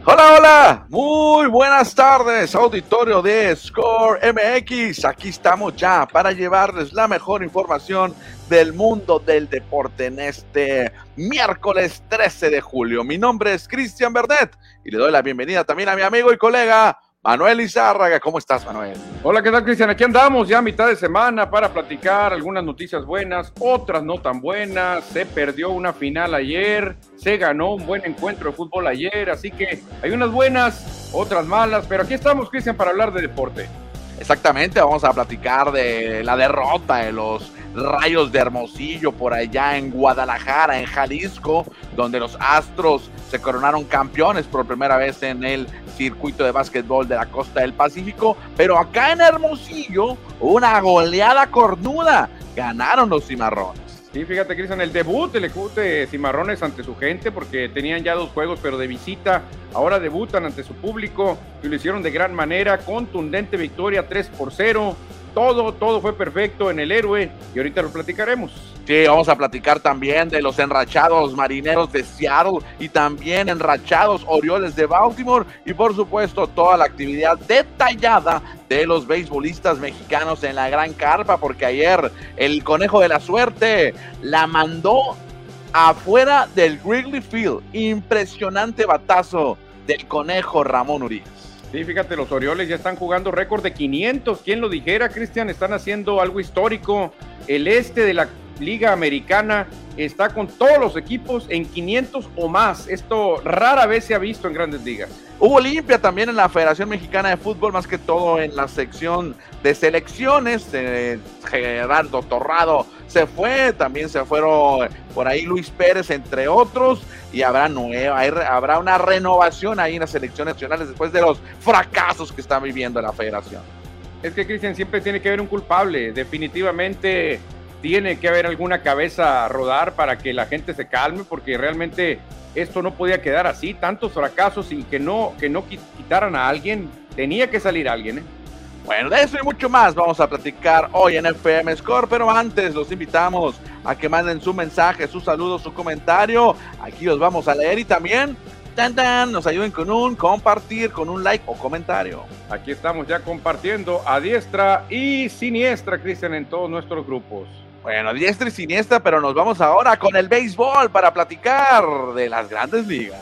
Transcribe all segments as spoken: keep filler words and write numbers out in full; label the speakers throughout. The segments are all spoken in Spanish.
Speaker 1: Hola, hola, muy buenas tardes, auditorio de Score M X. Aquí estamos ya para llevarles la mejor información del mundo del deporte en este miércoles trece de julio. Mi nombre es Cristian Verdet y le doy la bienvenida también a mi amigo y colega Manuel Izárraga. ¿Cómo estás, Manuel?
Speaker 2: Hola, ¿qué tal, Cristian? Aquí andamos ya a mitad de semana para platicar algunas noticias buenas, otras no tan buenas. Se perdió una final ayer, se ganó un buen encuentro de fútbol ayer, así que hay unas buenas, otras malas, pero aquí estamos, Cristian, para hablar de deporte.
Speaker 1: Exactamente, vamos a platicar de la derrota de los Rayos de Hermosillo por allá en Guadalajara, en Jalisco, donde los Astros se coronaron campeones por primera vez en el circuito de básquetbol de la costa del Pacífico, pero acá en Hermosillo, una goleada cornuda, ganaron los Cimarrones.
Speaker 2: Sí, fíjate, Cristian, el debut, el equipo de Cimarrones ante su gente, porque tenían ya dos juegos, pero de visita, ahora debutan ante su público, y lo hicieron de gran manera, contundente victoria, tres por cero, todo, todo fue perfecto en el Héroe, y ahorita lo platicaremos.
Speaker 1: Sí, vamos a platicar también de los enrachados Marineros de Seattle y también enrachados Orioles de Baltimore y por supuesto toda la actividad detallada de los beisbolistas mexicanos en la Gran Carpa, porque ayer el Conejo de la Suerte la mandó afuera del Wrigley Field. Impresionante batazo del Conejo Ramón Urias.
Speaker 2: Sí, fíjate, los Orioles ya están jugando récord de quinientos. ¿Quién lo dijera, Cristian? Están haciendo algo histórico. El este de la Liga Americana está con todos los equipos en quinientos o más. Esto rara vez se ha visto en Grandes Ligas.
Speaker 1: Hubo limpia también en la Federación Mexicana de Fútbol, más que todo en la sección de selecciones. Eh, Gerardo Torrado se fue, también se fueron por ahí Luis Pérez, entre otros, y habrá nueva, habrá una renovación ahí en las selecciones nacionales después de los fracasos que está viviendo la Federación.
Speaker 2: Es que, Cristian, siempre tiene que haber un culpable. Definitivamente tiene que haber alguna cabeza a rodar para que la gente se calme, porque realmente esto no podía quedar así, tantos fracasos y que no, que no quitaran a alguien, tenía que salir alguien, ¿eh?
Speaker 1: Bueno, de eso y mucho más vamos a platicar hoy en F M Score, pero antes los invitamos a que manden su mensaje, su saludo, su comentario, aquí los vamos a leer y también tan, tan, nos ayuden con un compartir, con un like o comentario.
Speaker 2: Aquí estamos ya compartiendo a diestra y siniestra, Cristian, en todos nuestros grupos.
Speaker 1: Bueno, a diestra y siniestra, pero nos vamos ahora con el béisbol para platicar de las Grandes Ligas.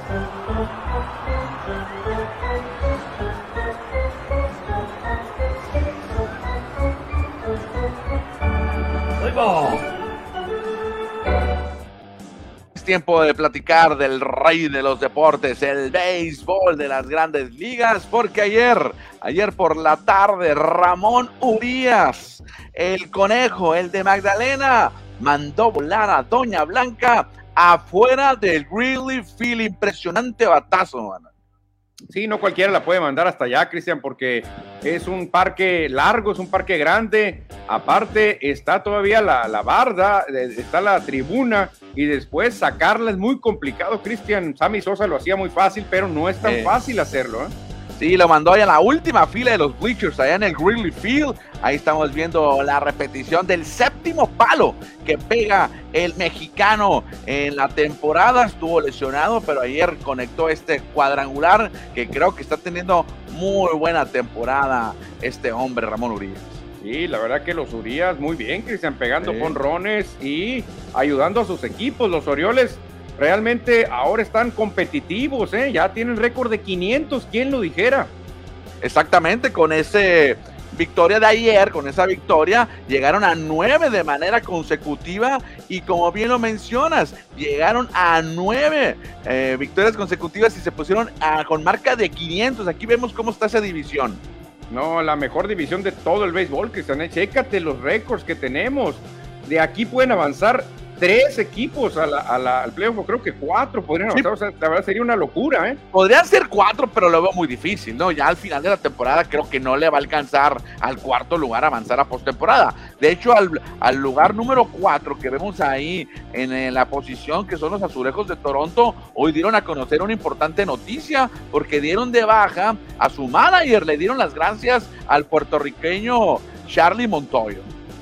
Speaker 1: Es tiempo de platicar del rey de los deportes, el béisbol de las Grandes Ligas, porque ayer, ayer por la tarde, Ramón Urias, el conejo, el de Magdalena, mandó volar a Doña Blanca afuera del Wrigley Field. Impresionante batazo, mano.
Speaker 2: Sí, no cualquiera la puede mandar hasta allá, Cristian, porque es un parque largo, es un parque grande. Aparte, está todavía la, la barda, está la tribuna, y después sacarla es muy complicado, Cristian. Sammy Sosa lo hacía muy fácil, pero no es tan eh. fácil hacerlo, ¿eh?
Speaker 1: Sí, lo mandó allá en la última fila de los bleachers, allá en el Wrigley Field. Ahí estamos viendo la repetición del séptimo palo que pega el mexicano en la temporada. Estuvo lesionado, pero ayer conectó este cuadrangular que creo que está teniendo muy buena temporada este hombre, Ramón Urias.
Speaker 2: Sí, la verdad que los Urias muy bien, Cristian, pegando sí. jonrones y ayudando a sus equipos. Los Orioles realmente ahora están competitivos, ¿eh? Ya tienen récord de quinientos, ¿quién lo dijera?
Speaker 1: Exactamente, con ese victoria de ayer, con esa victoria, llegaron a nueve de manera consecutiva y como bien lo mencionas, llegaron a nueve eh, victorias consecutivas y se pusieron a, con marca de quinientos. Aquí vemos cómo está esa división.
Speaker 2: No, la mejor división de todo el béisbol, Cristian, chécate los récords que tenemos. De aquí pueden avanzar tres equipos a la, a la, al playoff, creo que cuatro podrían avanzar, sí. O sea, la verdad sería una locura, ¿eh?
Speaker 1: Podrían ser cuatro, pero lo veo muy difícil, ¿no? Ya al final de la temporada creo que no le va a alcanzar al cuarto lugar a avanzar a postemporada. De hecho, al, al lugar número cuatro que vemos ahí en, en la posición, que son los Azulejos de Toronto, hoy dieron a conocer una importante noticia, porque dieron de baja a su manager, le dieron las gracias al puertorriqueño Charlie Montoyo.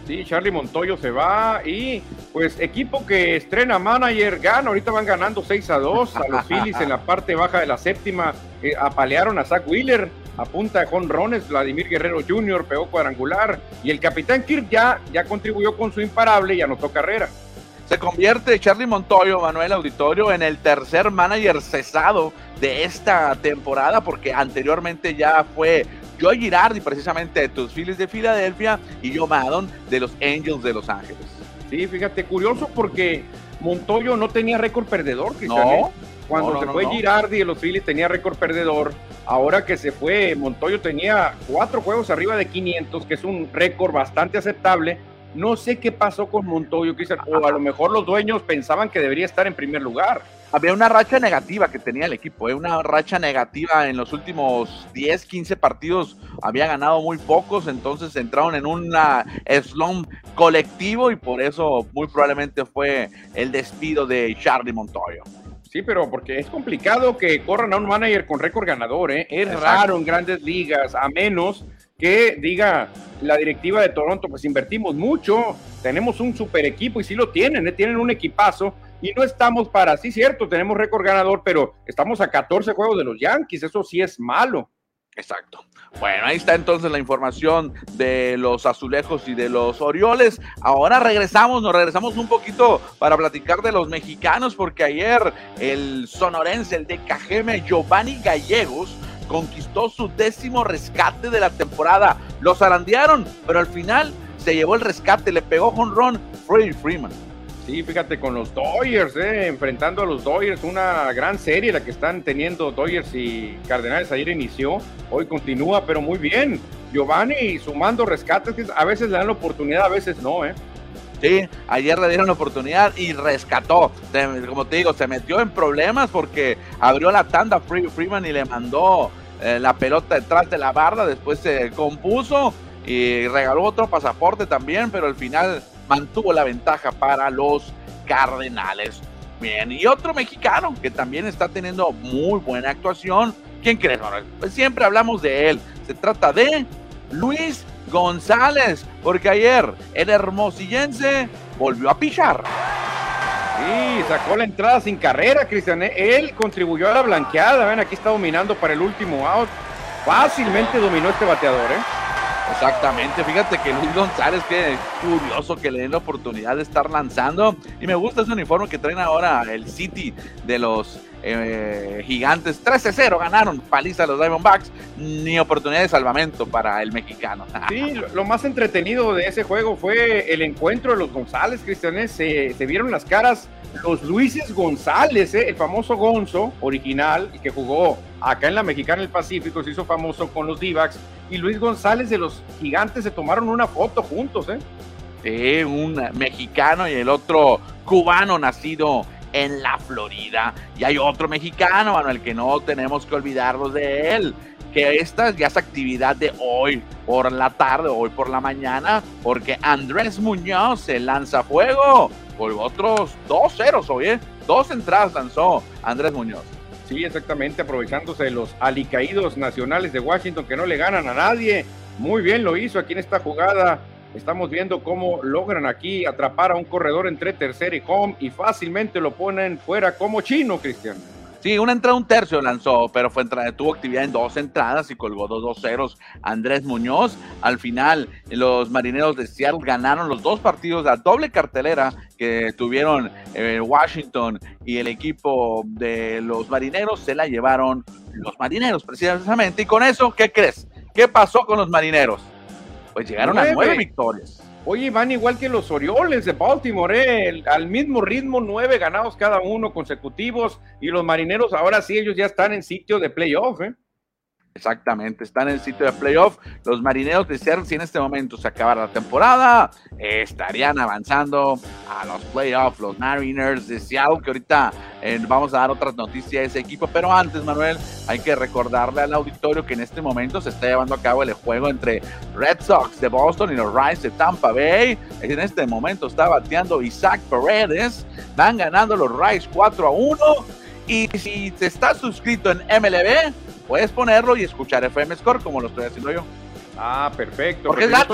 Speaker 2: Sí, Charlie Montoyo se va y pues equipo que estrena manager gana, ahorita van ganando seis a dos a los Phillies en la parte baja de la séptima, eh, apalearon a Zach Wheeler, a punta de jonrones, Vladimir Guerrero junior pegó cuadrangular y el capitán Kirk ya, ya contribuyó con su imparable y anotó carrera.
Speaker 1: Se convierte Charlie Montoyo, Manuel Auditorio, en el tercer manager cesado de esta temporada, porque anteriormente ya fue Joe Girardi, precisamente de tus Phillies de Filadelfia, y Joe Maddon de los Angels de Los Ángeles.
Speaker 2: Sí, fíjate, curioso porque Montoyo no tenía récord perdedor, Cristian.
Speaker 1: No,
Speaker 2: Cuando
Speaker 1: no, no,
Speaker 2: se
Speaker 1: no,
Speaker 2: fue
Speaker 1: no.
Speaker 2: Girardi de los Phillies tenía récord perdedor. Ahora que se fue Montoyo tenía cuatro juegos arriba de quinientos, que es un récord bastante aceptable. No sé qué pasó con Montoyo, Cristian, o a lo mejor los dueños pensaban que debería estar en primer lugar.
Speaker 1: Había una racha negativa que tenía el equipo, ¿eh? Una racha negativa en los últimos diez, quince partidos, había ganado muy pocos, entonces entraron en un slump colectivo y por eso muy probablemente fue el despido de Charlie Montoyo.
Speaker 2: Sí, pero porque es complicado que corran a un manager con récord ganador, ¿eh? Es
Speaker 1: Exacto.
Speaker 2: raro en grandes ligas, a menos que diga la directiva de Toronto, pues invertimos mucho, tenemos un super equipo y sí lo tienen, ¿eh? Tienen un equipazo y no estamos para, sí cierto, tenemos récord ganador, pero estamos a catorce juegos de los Yankees, eso sí es malo.
Speaker 1: Exacto. Bueno, ahí está entonces la información de los Azulejos y de los Orioles. Ahora regresamos, nos regresamos un poquito para platicar de los mexicanos, porque ayer el sonorense, el de Cajeme, Giovanni Gallegos, conquistó su décimo rescate de la temporada. Lo zarandearon, pero al final se llevó el rescate, le pegó jonrón Freddie Freeman.
Speaker 2: Sí, fíjate, con los Dodgers, eh, enfrentando a los Dodgers, una gran serie la que están teniendo Dodgers y Cardenales. Ayer inició, hoy continúa, pero muy bien. Giovanni sumando rescates, que a veces le dan la oportunidad, a veces no, ¿eh?
Speaker 1: Sí, ayer le dieron la oportunidad y rescató. Como te digo, se metió en problemas porque abrió la tanda a Freddie Freeman y le mandó eh, la pelota detrás de la barra, después se compuso y regaló otro pasaporte también, pero al final mantuvo la ventaja para los Cardenales. Bien, y otro mexicano que también está teniendo muy buena actuación. ¿Quién crees, Manuel? Pues siempre hablamos de él. Se trata de Luis González, porque ayer el hermosillense volvió a pichar.
Speaker 2: Sí, sacó la entrada sin carrera, Cristian. Él contribuyó a la blanqueada. Ven, aquí está dominando para el último out. Fácilmente dominó este bateador, ¿eh?
Speaker 1: Exactamente, fíjate que Luis González, que curioso que le den la oportunidad de estar lanzando, y me gusta ese uniforme que traen ahora el City de los eh, Gigantes. Trece cero ganaron, paliza a los Diamondbacks, ni oportunidad de salvamento para el mexicano.
Speaker 2: Sí, lo, lo más entretenido de ese juego fue el encuentro de los González, Cristian. Se, se vieron las caras los Luises González, ¿eh? El famoso Gonzo original, el que jugó acá en la Mexicana del Pacífico, se hizo famoso con los D-backs, y Luis González de los Gigantes se tomaron una foto juntos, ¿eh?
Speaker 1: Sí, un mexicano y el otro cubano nacido en la Florida. Y hay otro mexicano, Manuel, que no tenemos que olvidarnos de él, que esta ya es actividad de hoy por la tarde, hoy por la mañana, porque Andrés Muñoz se lanza fuego por otros dos ceros hoy, ¿eh? Dos entradas lanzó Andrés Muñoz.
Speaker 2: Sí, exactamente, aprovechándose de los alicaídos nacionales de Washington que no le ganan a nadie. Muy bien lo hizo aquí en esta jugada. Estamos viendo cómo logran aquí atrapar a un corredor entre tercera y home y fácilmente lo ponen fuera como chino, Cristian.
Speaker 1: Sí, una entrada, un tercio lanzó, pero fue entrada, tuvo actividad en dos entradas y colgó dos dos ceros Andrés Muñoz. Al final, los Marineros de Seattle ganaron los dos partidos, la doble cartelera que tuvieron eh, Washington y el equipo de los Marineros, se la llevaron los Marineros precisamente. Y con eso, ¿qué crees? ¿Qué pasó con los Marineros? Pues llegaron nueve. a nueve victorias.
Speaker 2: Oye, van igual que los Orioles de Baltimore, ¿eh? El, al mismo ritmo, nueve ganados cada uno consecutivos, y los Marineros ahora sí, ellos ya están en sitio de playoff, ¿eh?
Speaker 1: Exactamente, están en el sitio de playoff. Los Marineros de Seattle, si en este momento se acabara la temporada, eh, estarían avanzando a los playoffs. Los Mariners de Seattle, que ahorita eh, vamos a dar otras noticias de ese equipo, pero antes, Manuel, hay que recordarle al auditorio que en este momento se está llevando a cabo el juego entre Red Sox de Boston y los Rays de Tampa Bay. En este momento está bateando Isaac Paredes, van ganando los Rays cuatro a uno, y si te estás suscrito en M L B, puedes ponerlo y escuchar F M Score como lo estoy haciendo yo.
Speaker 2: Ah, perfecto.
Speaker 1: Porque es gratis,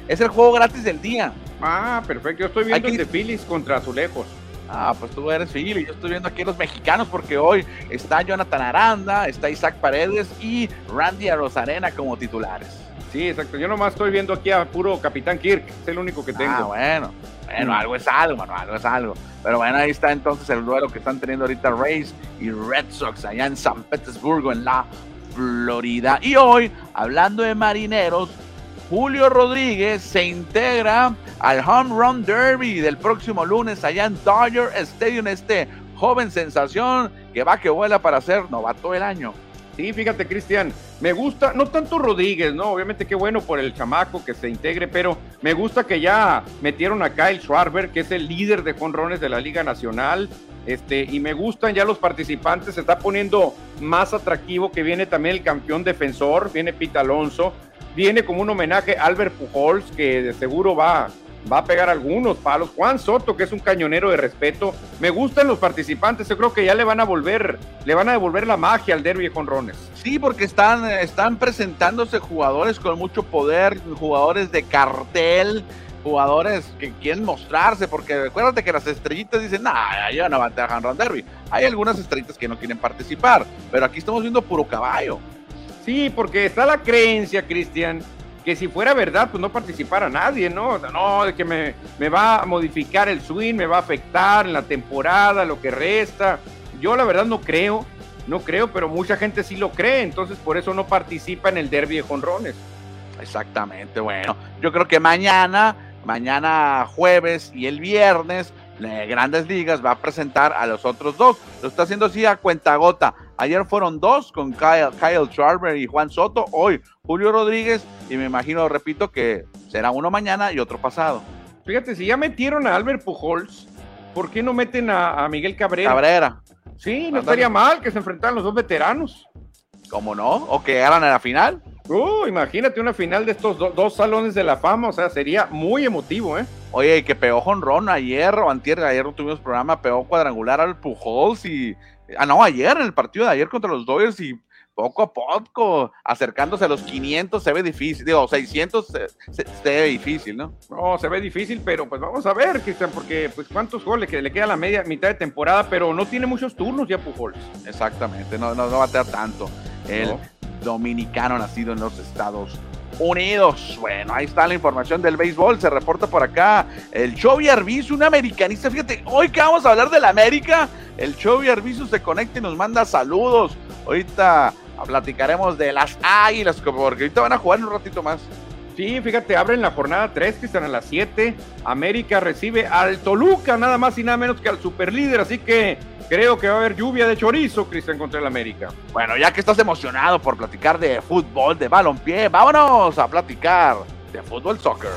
Speaker 1: es el juego gratis del día.
Speaker 2: Ah, perfecto, yo estoy viendo
Speaker 1: Aquí...
Speaker 2: el de Phillies contra Azulejos.
Speaker 1: Ah, pues tú eres Philly, yo estoy viendo aquí los mexicanos porque hoy está Jonathan Aranda, está Isaac Paredes y Randy Arozarena como titulares.
Speaker 2: Sí, exacto, yo nomás estoy viendo aquí a puro Capitán Kirk, es el único que tengo.
Speaker 1: Ah, bueno, bueno, mm. algo es algo, mano, algo es algo. Pero bueno, ahí está entonces el duelo que están teniendo ahorita Rays y Red Sox allá en San Petersburgo, en la Florida. Y hoy, hablando de marineros, Julio Rodríguez se integra al Home Run Derby del próximo lunes allá en Dodger Stadium, este joven sensación que va que vuela para ser novato del año.
Speaker 2: Sí, fíjate, Cristian, me gusta, no tanto Rodríguez, ¿no? Obviamente qué bueno por el chamaco que se integre, pero me gusta que ya metieron a Kyle Schwarber, que es el líder de jonrones de la Liga Nacional, este, y me gustan ya los participantes, se está poniendo más atractivo, que viene también el campeón defensor, viene Pete Alonso, viene como un homenaje a Albert Pujols, que de seguro va, va a pegar algunos palos. Juan Soto, que es un cañonero de respeto. Me gustan los participantes, yo creo que ya le van a volver, le van a devolver la magia al derbi de jonrones.
Speaker 1: Sí, porque están, están presentándose jugadores con mucho poder, jugadores de cartel, jugadores que quieren mostrarse, porque recuérdate que las estrellitas dicen, nah, yo no voy a tener home run derby. Hay algunas estrellitas que no quieren participar, pero aquí estamos viendo puro caballo.
Speaker 2: Sí, porque está la creencia, Cristian, que si fuera verdad, pues no participara nadie, ¿no? No, de que me, me va a modificar el swing, me va a afectar en la temporada, lo que resta. Yo la verdad no creo, no creo, pero mucha gente sí lo cree, entonces por eso no participa en el derbi de jonrones.
Speaker 1: Exactamente, bueno, yo creo que mañana, mañana jueves y el viernes, Grandes Ligas va a presentar a los otros dos. Lo está haciendo así a cuentagota. Ayer fueron dos con Kyle, Kyle Schwarber y Juan Soto. Hoy Julio Rodríguez, y me imagino, repito, que será uno mañana y otro pasado.
Speaker 2: Fíjate, si ya metieron a Albert Pujols, ¿por qué no meten a, a Miguel Cabrera?
Speaker 1: Cabrera.
Speaker 2: Sí, no estaría mal que se enfrentaran los dos veteranos.
Speaker 1: ¿Cómo no? ¿O que llegaran a la final?
Speaker 2: Uh, imagínate una final de estos do, dos salones de la fama, o sea, sería muy emotivo, ¿eh?
Speaker 1: Oye, que pegó jonrón ayer o antier, ayer no tuvimos programa, pegó cuadrangular al Pujols y... Ah, no, ayer, en el partido de ayer contra los Dodgers, y poco a poco, acercándose a los quinientos, se ve difícil, digo, seiscientos se, se, se ve difícil, ¿no?
Speaker 2: No, se ve difícil, pero pues vamos a ver, Cristian, porque pues cuántos goles, que le queda la media mitad de temporada, pero no tiene muchos turnos ya Pujols.
Speaker 1: Exactamente, no, no, no va a tener tanto. El no. dominicano nacido en los Estados Unidos. Bueno, ahí está la información del béisbol, se reporta por acá el Chovy Arvizu, un americanista. Fíjate, hoy que vamos a hablar de la América, el Chovy Arvizu se conecta y nos manda saludos. Ahorita platicaremos de las Águilas, porque ahorita van a jugar un ratito más.
Speaker 2: Sí, fíjate, abren la jornada tres, que están a las siete. América recibe al Toluca, nada más y nada menos que al superlíder, así que creo que va a haber lluvia de chorizo, Cristian, contra el América.
Speaker 1: Bueno, ya que estás emocionado por platicar de fútbol, de balompié, vámonos a platicar de fútbol soccer.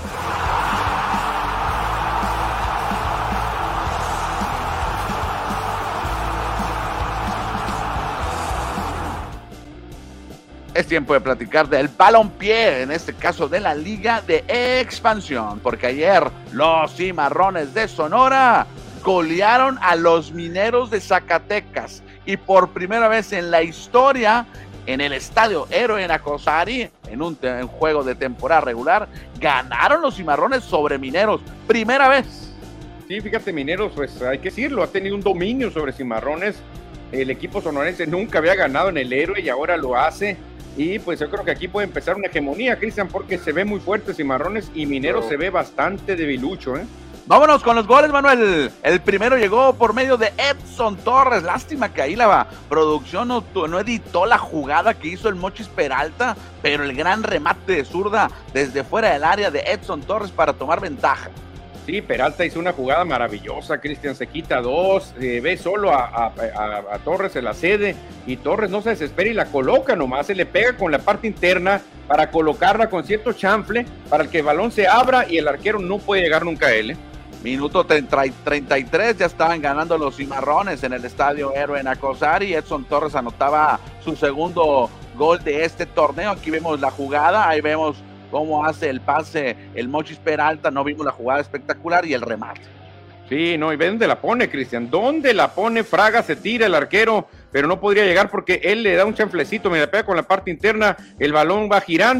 Speaker 1: Es tiempo de platicar del balompié, en este caso de la Liga de Expansión, porque ayer los Cimarrones de Sonora golearon a los Mineros de Zacatecas y por primera vez en la historia, en el estadio Héroe Nacosari, en un, te- en juego de temporada regular, ganaron los Cimarrones sobre Mineros, primera vez.
Speaker 2: Sí, fíjate, Mineros, pues hay que decirlo, ha tenido un dominio sobre Cimarrones. El equipo sonorense nunca había ganado en el Héroe y ahora lo hace. Y pues yo creo que aquí puede empezar una hegemonía, Cristian, porque se ve muy fuerte Cimarrones y Mineros oh. se ve bastante debilucho, ¿eh?
Speaker 1: Vámonos con los goles, Manuel. El primero llegó por medio de Edson Torres. Lástima que ahí la producción no, no editó la jugada que hizo el Mochis Peralta, pero el gran remate de zurda desde fuera del área de Edson Torres para tomar ventaja.
Speaker 2: Sí, Peralta hizo una jugada maravillosa, Cristian, se quita dos, eh, ve solo a, a, a, a Torres en la sede, y Torres no se desespera y la coloca nomás, se le pega con la parte interna para colocarla con cierto chanfle, para que el balón se abra y el arquero no puede llegar nunca a él, ¿eh?
Speaker 1: Minuto treinta y tres, ya estaban ganando los Cimarrones en el estadio Héroe Nacosari. Edson Torres anotaba su segundo gol de este torneo. Aquí vemos la jugada, ahí vemos cómo hace el pase el Mochis Peralta, no vimos la jugada espectacular y el remate.
Speaker 2: Sí, no, y ve dónde la pone, Cristian, dónde la pone, Fraga se tira el arquero, pero no podría llegar porque él le da un chanflecito, me la pega con la parte interna, el balón va girando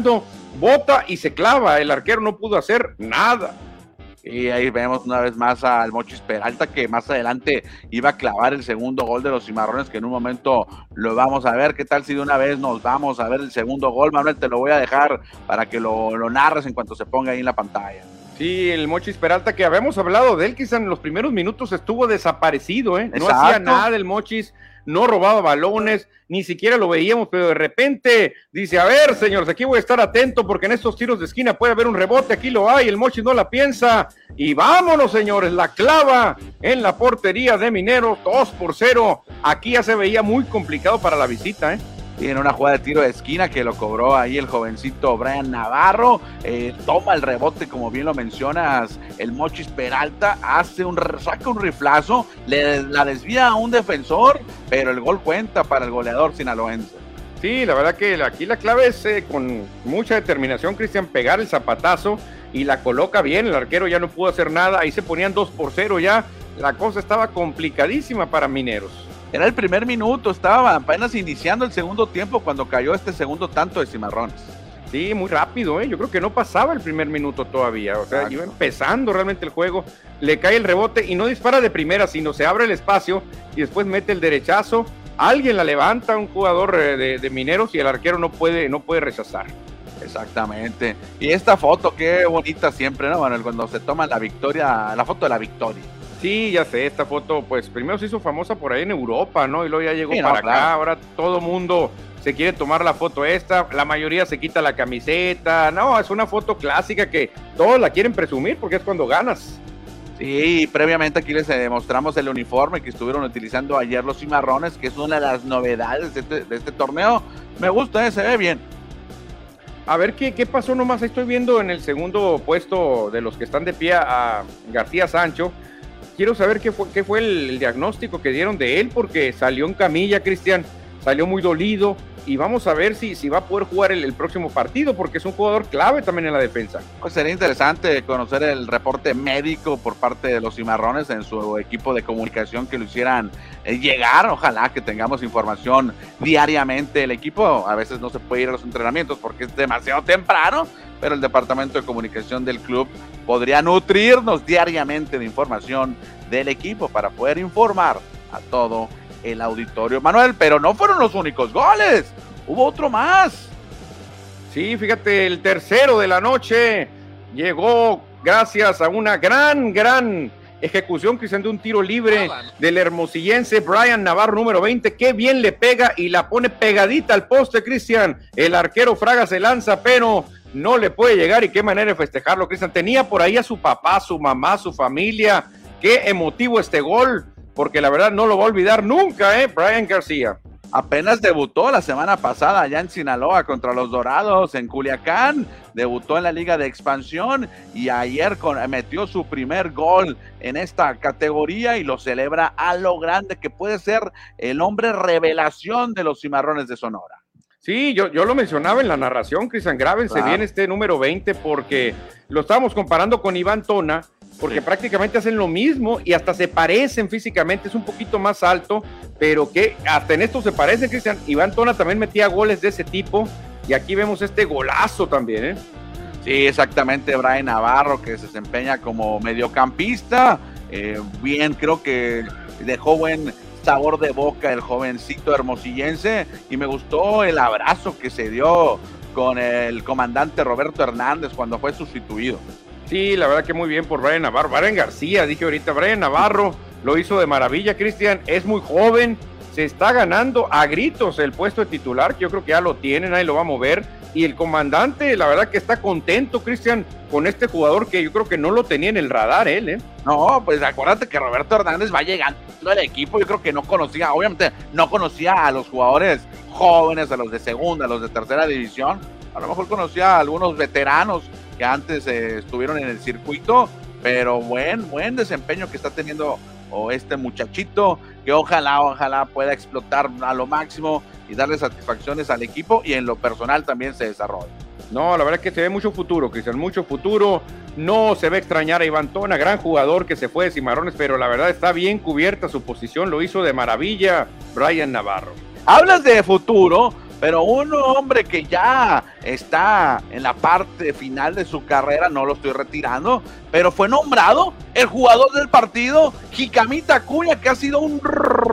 Speaker 2: bota y se clava, el arquero no pudo hacer nada.
Speaker 1: Y ahí vemos una vez más al Mochis Peralta, que más adelante iba a clavar el segundo gol de los Cimarrones, que en un momento lo vamos a ver. ¿Qué tal si de una vez nos vamos a ver el segundo gol? Manuel, te lo voy a dejar para que lo, lo narres en cuanto se ponga ahí en la pantalla.
Speaker 2: Sí, el Mochis Peralta, que habíamos hablado de él, quizá en los primeros minutos estuvo desaparecido, ¿eh? No
Speaker 1: Exacto.
Speaker 2: hacía nada el Mochis, no robaba balones, ni siquiera lo veíamos, pero de repente dice, a ver, señores, aquí voy a estar atento porque en estos tiros de esquina puede haber un rebote, aquí lo hay, el Mochis no la piensa, y vámonos, señores, la clava en la portería de Mineros, dos por cero, aquí ya se veía muy complicado para la visita, ¿eh?
Speaker 1: Y en una jugada de tiro de esquina que lo cobró ahí el jovencito Brian Navarro, eh, toma el rebote, como bien lo mencionas, el Mochis Peralta hace un, saca un riflazo, le, la desvía a un defensor, pero el gol cuenta para el goleador sinaloense.
Speaker 2: Sí, la verdad que aquí la clave es eh, con mucha determinación, Cristian, pegar el zapatazo y la coloca bien, el arquero ya no pudo hacer nada, ahí se ponían dos por cero ya, la cosa estaba complicadísima para Mineros.
Speaker 1: Era el primer minuto, estaba apenas iniciando el segundo tiempo cuando cayó este segundo tanto de Cimarrones.
Speaker 2: Sí, muy rápido, ¿eh? Yo creo que no pasaba el primer minuto todavía, o sea, Exacto. Iba empezando realmente el juego, le cae el rebote y no dispara de primera, sino se abre el espacio y después mete el derechazo, alguien la levanta, un jugador de, de Mineros, y el arquero no puede, no puede rechazar.
Speaker 1: Exactamente, y esta foto, qué bonita siempre, ¿no, Manuel? Cuando se toma la victoria, la foto de la victoria.
Speaker 2: Sí, ya sé, esta foto, pues primero se hizo famosa por ahí en Europa, ¿no? Y luego ya llegó
Speaker 1: sí,
Speaker 2: para
Speaker 1: no,
Speaker 2: acá,
Speaker 1: claro.
Speaker 2: Ahora todo mundo se quiere tomar la foto esta, la mayoría se quita la camiseta, no, es una foto clásica que todos la quieren presumir porque es cuando ganas.
Speaker 1: Sí, previamente aquí les demostramos el uniforme que estuvieron utilizando ayer los Cimarrones, que es una de las novedades de este, de este torneo. Me gusta, eh, se ve bien.
Speaker 2: A ver qué, qué pasó nomás, estoy viendo en el segundo puesto de los que están de pie a García Sancho. Quiero saber qué fue, qué fue el, el diagnóstico que dieron de él, porque salió en camilla, Cristian, salió muy dolido, y vamos a ver si, si va a poder jugar el, el próximo partido, porque es un jugador clave también en la defensa.
Speaker 1: Pues sería interesante conocer el reporte médico por parte de los Cimarrones en su equipo de comunicación, que lo hicieran llegar. Ojalá que tengamos información diariamente. El equipo a veces no se puede ir a los entrenamientos porque es demasiado temprano, pero el departamento de comunicación del club podría nutrirnos diariamente de información del equipo para poder informar a todo el auditorio, Manuel. Pero no fueron los únicos goles, hubo otro más.
Speaker 2: Sí, fíjate, el tercero de la noche llegó gracias a una gran, gran ejecución, Cristian, de un tiro libre del hermosillense Brian Navarro, número veinte, qué bien le pega y la pone pegadita al poste, Cristian. El arquero Fraga se lanza, pero no le puede llegar, y qué manera de festejarlo, Cristian. Tenía por ahí a su papá, su mamá, su familia. Qué emotivo este gol, porque la verdad no lo va a olvidar nunca, ¿eh? Brian García.
Speaker 1: Apenas debutó la semana pasada allá en Sinaloa contra los Dorados en Culiacán, debutó en la Liga de Expansión y ayer con, metió su primer gol en esta categoría y lo celebra a lo grande, que puede ser el hombre revelación de los Cimarrones de Sonora.
Speaker 2: Sí, yo, yo lo mencionaba en la narración, Cristian, grábense claro. bien este número veinte, porque lo estábamos comparando con Iván Tona, porque sí. prácticamente hacen lo mismo y hasta se parecen físicamente, es un poquito más alto, pero que hasta en esto se parecen, Cristian. Iván Tona también metía goles de ese tipo, y aquí vemos este golazo también, ¿eh?
Speaker 1: Sí, exactamente, Brian Navarro, que se desempeña como mediocampista, eh, bien, creo que dejó buen sabor de boca el jovencito hermosillense, y me gustó el abrazo que se dio con el comandante Roberto Hernández cuando fue sustituido.
Speaker 2: Sí, la verdad que muy bien por Brian Navarro. Brian García, dije ahorita, Brian Navarro lo hizo de maravilla, Cristian, es muy joven, se está ganando a gritos el puesto de titular, que yo creo que ya lo tienen, ahí lo va a mover, y el comandante, la verdad que está contento, Cristian, con este jugador que yo creo que no lo tenía en el radar él, ¿eh?
Speaker 1: No, pues acuérdate que Roberto Hernández va llegando al equipo, yo creo que no conocía, obviamente no conocía a los jugadores jóvenes, a los de segunda, a los de tercera división, a lo mejor conocía a algunos veteranos que antes eh, estuvieron en el circuito, pero buen, buen desempeño que está teniendo o este muchachito, que ojalá, ojalá pueda explotar a lo máximo y darle satisfacciones al equipo, y en lo personal también se desarrolla.
Speaker 2: No, la verdad es que se ve mucho futuro, Cristian, mucho futuro. No se ve extrañar a Iván Tona, gran jugador que se fue de Cimarrones, pero la verdad está bien cubierta su posición, lo hizo de maravilla Brian Navarro.
Speaker 1: Hablas de futuro, pero un hombre que ya está en la parte final de su carrera, no lo estoy retirando, pero fue nombrado el jugador del partido, Jicamita Acuña, que ha sido un...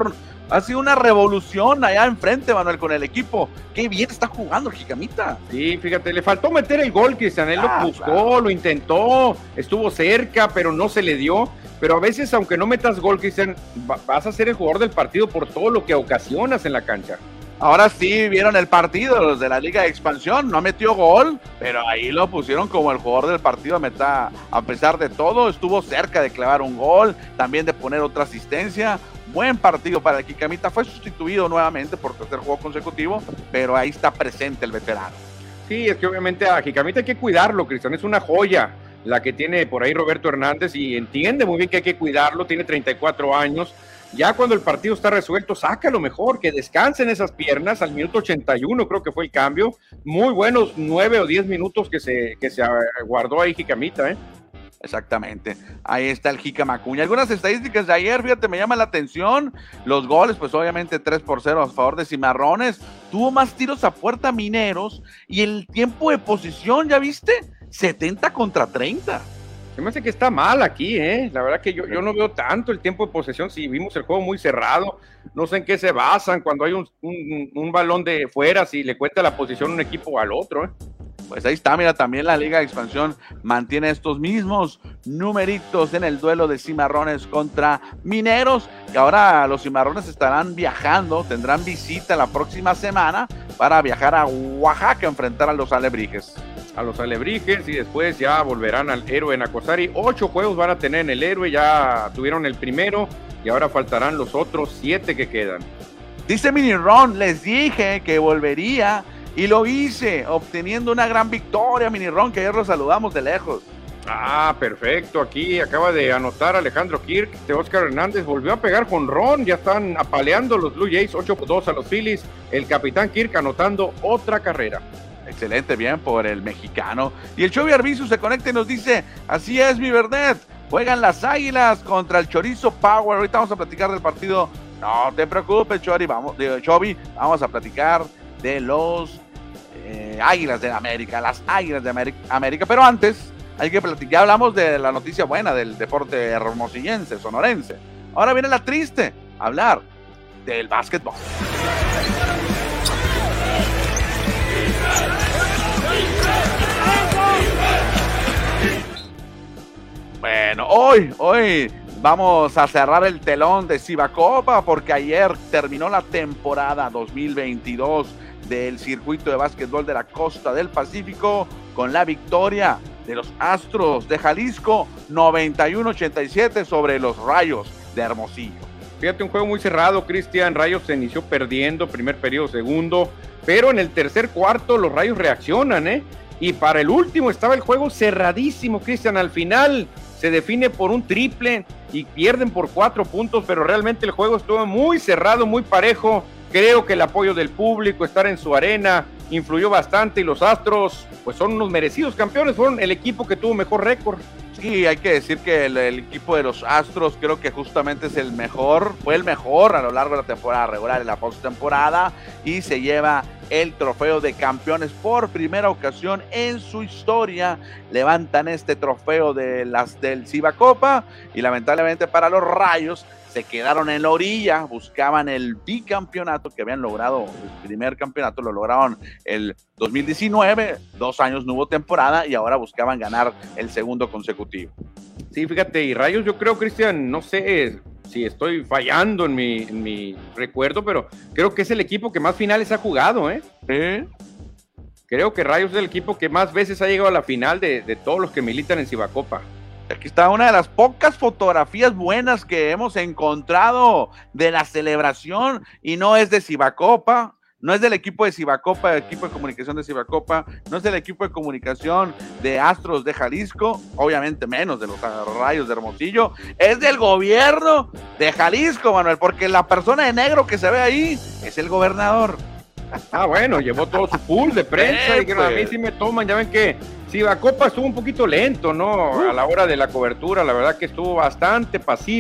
Speaker 1: Ha sido una revolución allá enfrente, Manuel, con el equipo. Qué bien está jugando el Jicamita.
Speaker 2: Sí, fíjate, le faltó meter el gol, Cristian. Él ah, lo buscó, claro. Lo intentó, estuvo cerca, pero no se le dio. Pero a veces, aunque no metas gol, Cristian, vas a ser el jugador del partido por todo lo que ocasionas en la cancha.
Speaker 1: Ahora sí vieron el partido, los de la Liga de Expansión, no metió gol, pero ahí lo pusieron como el jugador del partido, meta, a pesar de todo, estuvo cerca de clavar un gol, también de poner otra asistencia. Buen partido para el Jicamita, fue sustituido nuevamente por tercer juego consecutivo, pero ahí está presente el veterano.
Speaker 2: Sí, es que obviamente a Jicamita hay que cuidarlo, Cristian, es una joya la que tiene por ahí Roberto Hernández y entiende muy bien que hay que cuidarlo, tiene treinta y cuatro años. Ya cuando el partido está resuelto, sácalo mejor, que descansen esas piernas. Al minuto ochenta y uno creo que fue el cambio. Muy buenos nueve o diez minutos que se, que se guardó ahí Jicamita, ¿eh?
Speaker 1: Exactamente, ahí está el Jicama Acuña. Algunas estadísticas de ayer, fíjate, me llama la atención. Los goles, pues obviamente tres por cero a favor de Cimarrones. Tuvo más tiros a puerta Mineros. Y el tiempo de posición, ¿ya viste? setenta contra treinta.
Speaker 2: Se me hace que está mal aquí, ¿eh? La verdad que yo, yo no veo tanto el tiempo de posesión. Si vimos el juego muy cerrado, no sé en qué se basan cuando hay un, un, un balón de fuera, si le cuenta la posición un equipo al otro, ¿eh?
Speaker 1: Pues ahí está, mira, también la Liga de Expansión mantiene estos mismos numeritos en el duelo de Cimarrones contra Mineros, y ahora los Cimarrones estarán viajando, tendrán visita la próxima semana para viajar a Oaxaca a enfrentar a los Alebrijes.
Speaker 2: A los Alebrijes y después ya volverán al Héroe Nacosari. Ocho juegos van a tener en el Héroe, ya tuvieron el primero y ahora faltarán los otros siete que quedan.
Speaker 1: Dice Mini Ron, les dije que volvería y lo hice, obteniendo una gran victoria, Mini Ron, que ayer lo saludamos de lejos.
Speaker 2: Ah, perfecto, aquí acaba de anotar Alejandro Kirk, de Oscar Hernández, volvió a pegar con Ron, ya están apaleando los Blue Jays, ocho por dos a los Phillies, el capitán Kirk anotando otra carrera.
Speaker 1: Excelente, bien por el mexicano. Y el Chovy Arbizu se conecta y nos dice, así es, mi Verdet, juegan las Águilas contra el Chorizo Power. Ahorita vamos a platicar del partido, no te preocupes, Chori, vamos, de Chovy, vamos a platicar de los eh, Águilas de América, las Águilas de América, América, pero antes hay que platicar, ya hablamos de la noticia buena del deporte hermosillense, sonorense. Ahora viene la triste, hablar del básquetbol. Bueno, hoy, hoy vamos a cerrar el telón de Cibacopa porque ayer terminó la temporada dos mil veintidós del circuito de básquetbol de la Costa del Pacífico con la victoria de los Astros de Jalisco noventa y uno a ochenta y siete sobre los Rayos de Hermosillo.
Speaker 2: Fíjate, un juego muy cerrado, Cristian. Rayos se inició perdiendo, primer periodo, segundo, pero en el tercer cuarto los Rayos reaccionan, ¿eh? Y para el último estaba el juego cerradísimo, Cristian. Al final se define por un triple y pierden por cuatro puntos, pero realmente el juego estuvo muy cerrado, muy parejo. Creo que el apoyo del público, estar en su arena, influyó bastante y los Astros pues son unos merecidos campeones, fueron el equipo que tuvo mejor récord.
Speaker 1: Sí, hay que decir que el, el equipo de los Astros creo que justamente es el mejor, fue el mejor a lo largo de la temporada regular, en la postemporada, y se lleva el trofeo de campeones por primera ocasión en su historia. Levantan este trofeo de las del Cibacopa y lamentablemente para los Rayos se quedaron en la orilla, buscaban el bicampeonato que habían logrado, el primer campeonato lo lograron el dos mil diecinueve, dos años no hubo temporada y ahora buscaban ganar el segundo consecutivo.
Speaker 2: Sí, fíjate, y Rayos yo creo, Cristian, no sé si estoy fallando en mi, en mi recuerdo, pero creo que es el equipo que más finales ha jugado, ¿eh?
Speaker 1: ¿Eh?
Speaker 2: Creo que Rayos es el equipo que más veces ha llegado a la final de, de todos los que militan en Cibacopa.
Speaker 1: Aquí está una de las pocas fotografías buenas que hemos encontrado de la celebración y no es de Cibacopa, no es del equipo de Cibacopa, el equipo de comunicación de Cibacopa, no es del equipo de comunicación de Astros de Jalisco, obviamente menos de los Rayos de Hermosillo, es del gobierno de Jalisco, Manuel, porque la persona de negro que se ve ahí es el gobernador.
Speaker 2: Ah, bueno, llevó todo su pool de prensa
Speaker 1: eh,
Speaker 2: y que
Speaker 1: pues.
Speaker 2: a mí sí me toman, ya ven que Cibacopa estuvo un poquito lento, ¿no? Uh. A la hora de la cobertura, la verdad que estuvo bastante pasivo,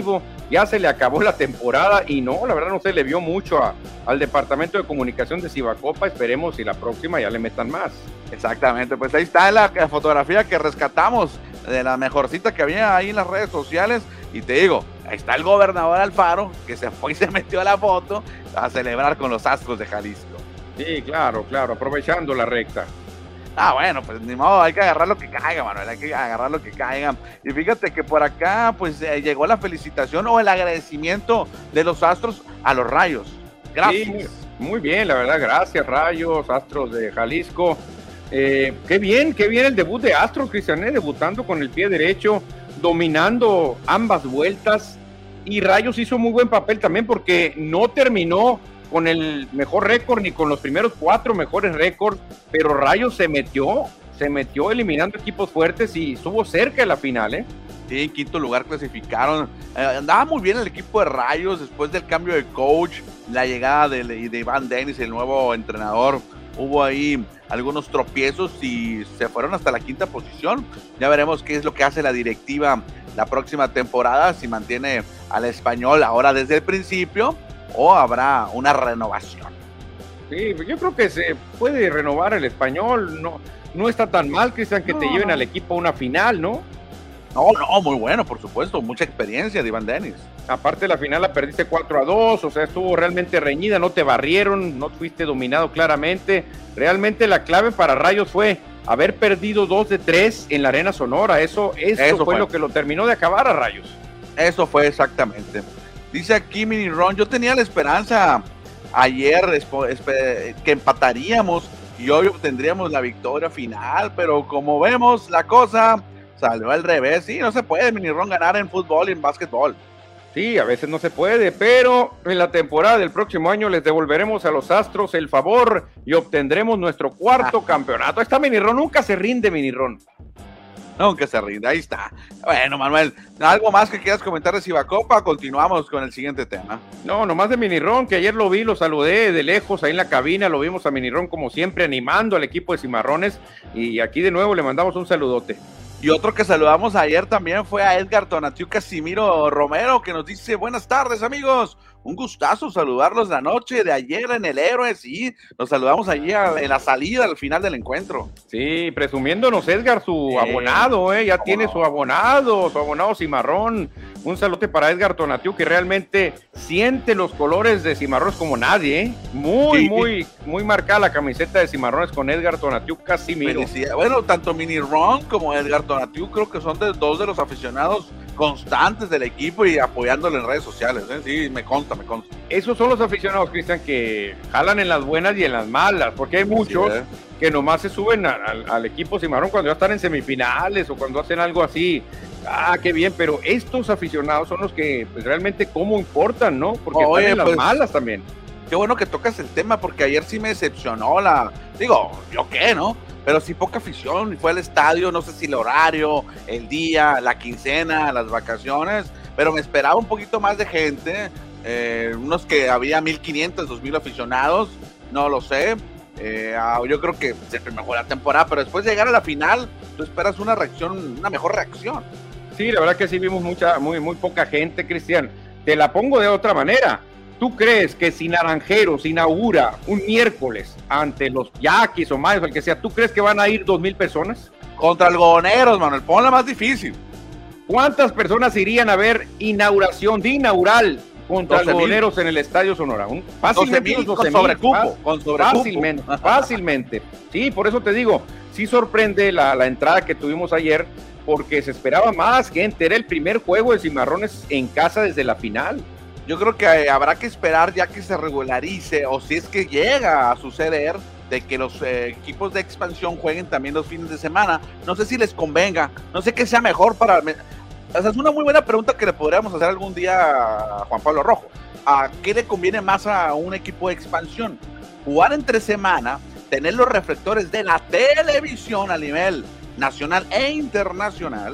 Speaker 2: ya se le acabó la temporada y no, la verdad no se le vio mucho a, al departamento de comunicación de Cibacopa. Esperemos si la próxima ya le metan más.
Speaker 1: Exactamente, pues ahí está la fotografía que rescatamos de la mejorcita que había ahí en las redes sociales, y te digo, ahí está el gobernador Alfaro, que se fue y se metió a la foto a celebrar con los Astros de Jalisco.
Speaker 2: Sí, claro, claro, aprovechando la recta.
Speaker 1: Ah, bueno, pues ni modo, hay que agarrar lo que caiga, Manuel, hay que agarrar lo que caiga. Y fíjate que por acá, pues eh, llegó la felicitación o el agradecimiento de los Astros a los Rayos. Gracias.
Speaker 2: Sí, muy, muy bien, la verdad, gracias, Rayos, Astros de Jalisco. Eh, qué bien, qué bien el debut de Astros, Cristian, eh, debutando con el pie derecho, dominando ambas vueltas, y Rayos hizo muy buen papel también porque no terminó con el mejor récord ni con los primeros cuatro mejores récords, pero Rayos se metió, se metió eliminando equipos fuertes y estuvo cerca de la final, ¿eh?
Speaker 1: Sí, en quinto lugar clasificaron. Eh, andaba muy bien el equipo de Rayos después del cambio de coach, la llegada de, de Ivan Dennis, el nuevo entrenador. Hubo ahí algunos tropiezos y se fueron hasta la quinta posición. Ya veremos qué es lo que hace la directiva la próxima temporada, si mantiene al Español ahora desde el principio o habrá una renovación.
Speaker 2: Sí, yo creo que se puede renovar el Español, no, no está tan mal, Cristian, que no. te lleven al equipo a una final, ¿no?
Speaker 1: No, no, muy bueno, por supuesto, mucha experiencia de Ivan Dennis.
Speaker 2: Aparte la final la perdiste cuatro a dos, o sea, estuvo realmente reñida, no te barrieron, no fuiste dominado claramente. Realmente la clave para Rayos fue haber perdido dos de tres en la Arena Sonora, eso, eso, eso fue, fue lo que lo terminó de acabar a Rayos.
Speaker 1: Eso fue exactamente. Dice aquí Mini Ron, yo tenía la esperanza ayer que empataríamos y hoy obtendríamos la victoria final, pero como vemos la cosa salió al revés. Sí, no se puede, Mini Ron, ganar en fútbol y en básquetbol.
Speaker 2: Sí, a veces no se puede, pero en la temporada del próximo año les devolveremos a los Astros el favor y obtendremos nuestro cuarto ah. campeonato. Ahí está Mini Ron, nunca se rinde Mini Ron.
Speaker 1: Nunca se rinde, ahí está. Bueno, Manuel, ¿algo más que quieras comentar de Cibacopa? Continuamos con el siguiente tema.
Speaker 2: No, nomás de Mini Ron, que ayer lo vi, lo saludé de lejos ahí en la cabina, lo vimos a Mini Ron como siempre animando al equipo de Cimarrones y aquí de nuevo le mandamos un saludote.
Speaker 1: Y otro que saludamos ayer también fue a Edgar Tonatiu Casimiro Romero, que nos dice, buenas tardes amigos, un gustazo saludarlos la noche de ayer en el Héroe, sí, nos saludamos allí en la salida al final del encuentro.
Speaker 2: Sí, presumiéndonos Edgar su eh, abonado, eh, ya tiene no. su abonado, su abonado Cimarrón, un saludo para Edgar Tonatiu que realmente siente los colores de Cimarrones como nadie, eh. muy, sí. muy, muy marcada la camiseta de Cimarrones con Edgar Tonatiu Casimiro.
Speaker 1: Felicidad. Bueno, tanto Mini Ron como Edgar Tonatiu creo que son de, dos de los aficionados constantes del equipo y apoyándolo en redes sociales, ¿eh? Sí, me consta, me consta.
Speaker 2: Esos son los aficionados, Cristian, que jalan en las buenas y en las malas, porque hay muchos sí, ¿eh? que nomás se suben a, a, al equipo Cimarrón cuando ya están en semifinales o cuando hacen algo así. Ah, qué bien, pero estos aficionados son los que pues, realmente cómo importan, ¿no? Porque Oye, están en pues, las malas también.
Speaker 1: Qué bueno que tocas el tema, porque ayer sí me decepcionó la... Digo, ¿yo qué, no? Pero sí poca afición, fue al estadio, no sé si el horario, el día, la quincena, las vacaciones, pero me esperaba un poquito más de gente, eh, unos que había mil quinientos, dos mil aficionados, no lo sé, eh, yo creo que se mejoró la temporada, pero después de llegar a la final, tú esperas una reacción, una mejor reacción.
Speaker 2: Sí, la verdad que sí vimos mucha, muy, muy poca gente, Cristian. Te la pongo de otra manera. ¿Tú crees que si Naranjeros inaugura un miércoles ante los Yaquis o Mayos, el que sea, ¿tú crees que van a ir dos mil personas?
Speaker 1: Contra algodoneros, Manuel, ponla más difícil.
Speaker 2: ¿Cuántas personas irían a ver inauguración de inaugural contra algodoneros en el Estadio Sonora? Un, fácilmente
Speaker 1: doce mil con sobrecupo. Con sobrecupo.
Speaker 2: Fácilmente, fácilmente. Sí, por eso te digo, sí sorprende la, la entrada que tuvimos ayer, porque se esperaba más gente. Era el primer juego de Cimarrones en casa desde la final.
Speaker 1: Yo creo que habrá que esperar ya que se regularice, o si es que llega a suceder, de que los eh, equipos de expansión jueguen también los fines de semana. No sé si les convenga, no sé qué sea mejor para... O sea, es una muy buena pregunta que le podríamos hacer algún día a Juan Pablo Rojo. ¿A qué le conviene más a un equipo de expansión? ¿Jugar entre semana, tener los reflectores de la televisión a nivel nacional e internacional,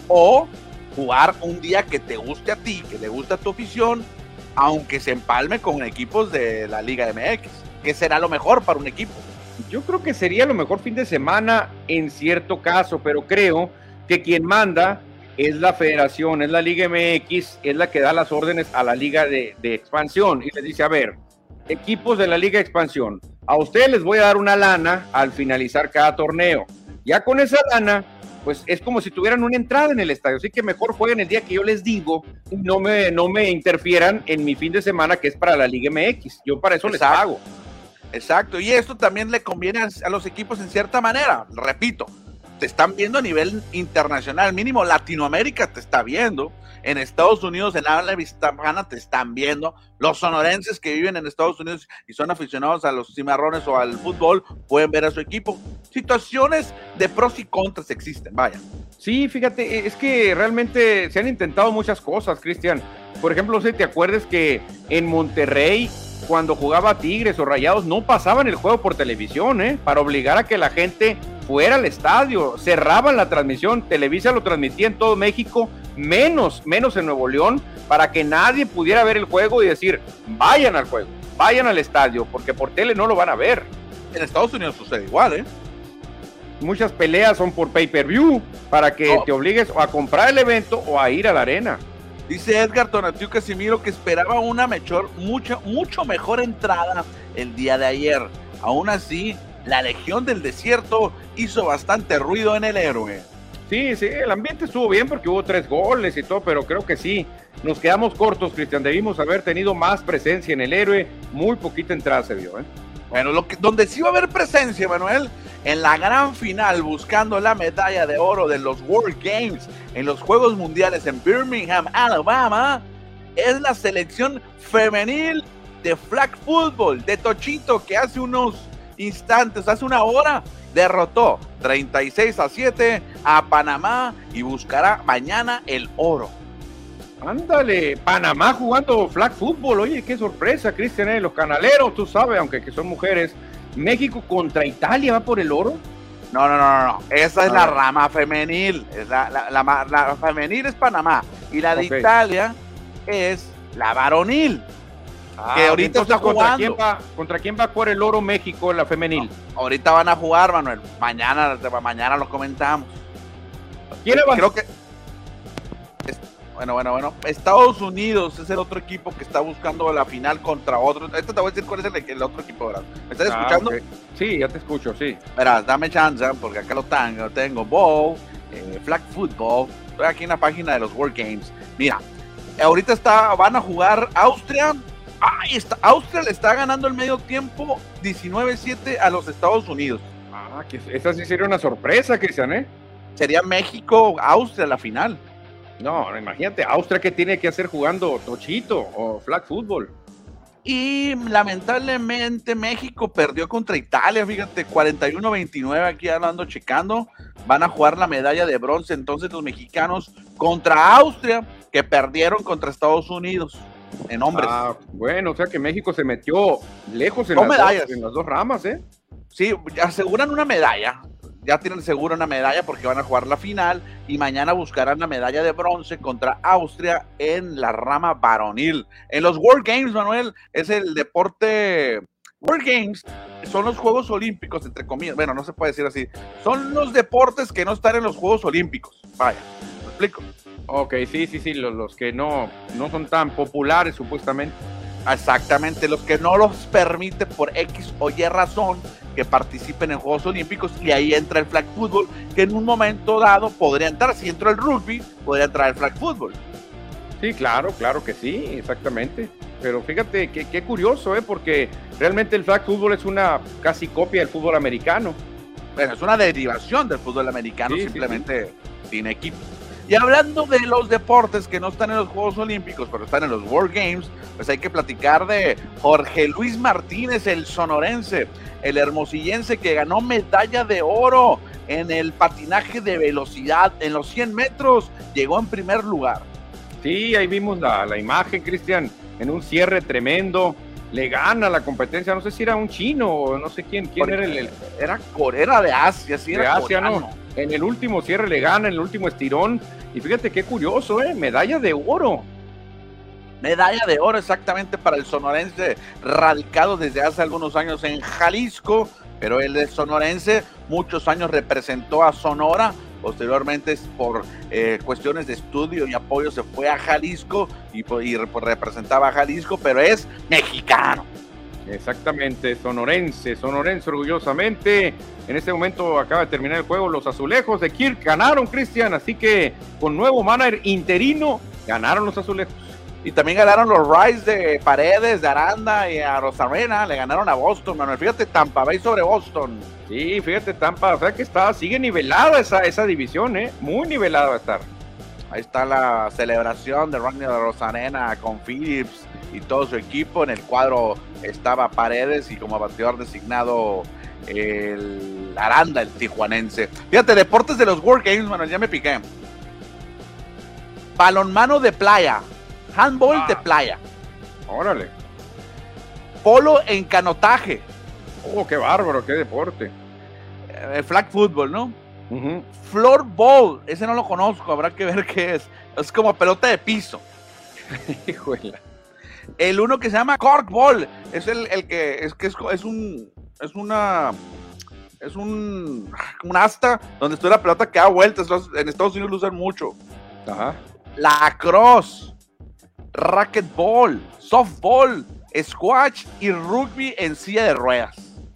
Speaker 1: o jugar un día que te guste a ti, que le guste a tu afición, aunque se empalme con equipos de la Liga M X? ¿Qué será lo mejor para un equipo?
Speaker 2: Yo creo que sería lo mejor fin de semana en cierto caso, pero creo que quien manda es la federación, es la Liga M X, es la que da las órdenes a la Liga de, de Expansión y les dice, a ver, equipos de la Liga de Expansión, a ustedes les voy a dar una lana al finalizar cada torneo. Ya con esa lana, pues es como si tuvieran una entrada en el estadio, así que mejor jueguen el día que yo les digo y no me, no me interfieran en mi fin de semana que es para la Liga M X. Yo para eso
Speaker 1: Exacto.
Speaker 2: les pago.
Speaker 1: Exacto, y esto también le conviene a, a los equipos en cierta manera, repito, te están viendo a nivel internacional, mínimo Latinoamérica te está viendo, en Estados Unidos, en habla hispana te están viendo, los sonorenses que viven en Estados Unidos y son aficionados a los cimarrones o al fútbol, pueden ver a su equipo. Situaciones de pros y contras existen, vaya.
Speaker 2: Sí, fíjate, es que realmente se han intentado muchas cosas, Cristian. Por ejemplo, no sé si te acuerdas que en Monterrey, cuando jugaba Tigres o Rayados, no pasaban el juego por televisión, ¿eh? Para obligar a que la gente fuera al estadio, cerraban la transmisión, Televisa lo transmitía en todo México, menos, menos en Nuevo León, para que nadie pudiera ver el juego y decir, vayan al juego, vayan al estadio, porque por tele no lo van a ver.
Speaker 1: En Estados Unidos sucede igual, ¿eh?
Speaker 2: Muchas peleas son por pay-per-view, para que
Speaker 1: no.
Speaker 2: te obligues o a comprar el evento o a ir a la arena.
Speaker 1: Dice Edgar Tonatiu Casimiro que esperaba una mejor, mucho, mucho mejor entrada el día de ayer. Aún así, la Legión del Desierto hizo bastante ruido en el Héroe.
Speaker 2: Sí, sí, el ambiente estuvo bien porque hubo tres goles y todo, pero creo que sí, nos quedamos cortos, Cristian, debimos haber tenido más presencia en el Héroe, muy poquita entrada se vio, ¿eh?
Speaker 1: Bueno, lo que, donde sí va a haber presencia, Manuel, en la gran final, buscando la medalla de oro de los World Games en los Juegos Mundiales en Birmingham, Alabama, es la selección femenil de flag football de Tochito, que hace unos instantes, hace una hora, derrotó treinta y seis a siete a Panamá y buscará mañana el oro.
Speaker 2: Ándale, Panamá jugando flag football, oye, qué sorpresa, Cristian, ¿eh? Los canaleros, tú sabes, aunque que son mujeres. México contra Italia va por el oro.
Speaker 1: No, no, no, no, esa es la rama femenil, es la, la, la, la femenil es Panamá y la de okay. Italia es la varonil, ah, que ahorita está jugando.
Speaker 2: ¿Contra quién va, contra quién va por el oro México, la femenil?
Speaker 1: No, ahorita van a jugar, Manuel, mañana, mañana lo comentamos.
Speaker 2: ¿Quién va?
Speaker 1: Creo que Bueno, bueno, bueno. Estados Unidos es el otro equipo que está buscando la final contra otro. Este te voy a decir cuál es el, el otro equipo, ¿verdad? ¿Me estás ah, escuchando?
Speaker 2: Okay. Sí, ya te escucho, sí.
Speaker 1: Verás, dame chance, porque acá lo tengo. Tengo Bowl, eh, Flag Football. Estoy aquí en la página de los World Games. Mira, ahorita está, van a jugar Austria. Ay, está, Austria le está ganando el medio tiempo diecinueve siete a los Estados Unidos.
Speaker 2: Ah, que esa sí sería una sorpresa, Cristian, ¿eh?
Speaker 1: Sería México-Austria la final.
Speaker 2: No, imagínate, Austria que tiene que hacer jugando Tochito o flag football.
Speaker 1: Y lamentablemente México perdió contra Italia, fíjate, cuarenta y uno veintinueve, aquí ando checando, van a jugar la medalla de bronce, entonces los mexicanos contra Austria, que perdieron contra Estados Unidos, en hombres.
Speaker 2: Ah, bueno, o sea que México se metió lejos en, las dos, en las dos ramas, ¿eh?
Speaker 1: Sí, aseguran una medalla. Ya tienen seguro una medalla porque van a jugar la final y mañana buscarán la medalla de bronce contra Austria en la rama varonil. En los World Games, Manuel, es el deporte... World Games son los Juegos Olímpicos, entre comillas. Bueno, no se puede decir así. Son los deportes que no están en los Juegos Olímpicos. Vaya, ¿me explico?
Speaker 2: Ok, sí, sí, sí, los, los que no, no son tan populares, supuestamente.
Speaker 1: Exactamente, los que no los permite por X o Y razón que participen en Juegos Olímpicos, y ahí entra el flag football, que en un momento dado podría entrar. Si entra el rugby, podría entrar el flag football.
Speaker 2: Sí, claro, claro que sí, exactamente. Pero fíjate qué que curioso, ¿eh? Porque realmente el flag football es una casi copia del fútbol americano.
Speaker 1: Bueno, es una derivación del fútbol americano, sí, simplemente sí, sí. sin equipo. Y hablando de los deportes que no están en los Juegos Olímpicos, pero están en los World Games, pues hay que platicar de Jorge Luis Martínez, el sonorense, el hermosillense que ganó medalla de oro en el patinaje de velocidad en los cien metros, llegó en primer lugar.
Speaker 2: Sí, ahí vimos la, la imagen, Cristian, en un cierre tremendo, le gana la competencia, no sé si era un chino o no sé quién, quién
Speaker 1: Porque
Speaker 2: era el, el...
Speaker 1: Era Corea de Asia, sí,
Speaker 2: de
Speaker 1: era
Speaker 2: Asia, coreano. No. En el último cierre le gana, en el último estirón, y fíjate qué curioso, ¿eh? Medalla de oro.
Speaker 1: Medalla de oro exactamente para el sonorense, radicado desde hace algunos años en Jalisco, pero el de sonorense muchos años representó a Sonora posteriormente por eh, cuestiones de estudio y apoyo se fue a Jalisco y, y representaba a Jalisco, pero es mexicano.
Speaker 2: Exactamente, sonorense, sonorense orgullosamente. En este momento acaba de terminar el juego, los Azulejos de Kirk ganaron, Cristian, así que con nuevo manager interino, ganaron los Azulejos.
Speaker 1: Y también ganaron los Rays de Paredes, de Aranda y a Rosarena, le ganaron a Boston, Manuel. Fíjate, Tampa Bay sobre Boston.
Speaker 2: Sí, fíjate, Tampa, o sea que está, sigue nivelada esa, esa división, ¿eh? Muy nivelada va a estar.
Speaker 1: Ahí está la celebración de Rodney de Rosarena con Phillips y todo su equipo. En el cuadro estaba Paredes y como bateador designado el Aranda, el tijuanense. Fíjate, deportes de los World Games, Manuel, ya me piqué. Balonmano de playa, handball ah, de playa.
Speaker 2: Órale.
Speaker 1: Polo en canotaje.
Speaker 2: Oh, qué bárbaro, qué deporte.
Speaker 1: El flag football, ¿no?
Speaker 2: Uh-huh.
Speaker 1: Floorball, ese no lo conozco, habrá que ver qué es. Es como pelota de piso.
Speaker 2: Híjole.
Speaker 1: El uno que se llama corkball, es el, el que es que es, es un es una es un un asta donde está la pelota que da vueltas. En Estados Unidos lo usan mucho.
Speaker 2: Ajá.
Speaker 1: Lacrosse, racquetball, softball, squash y rugby en silla de ruedas.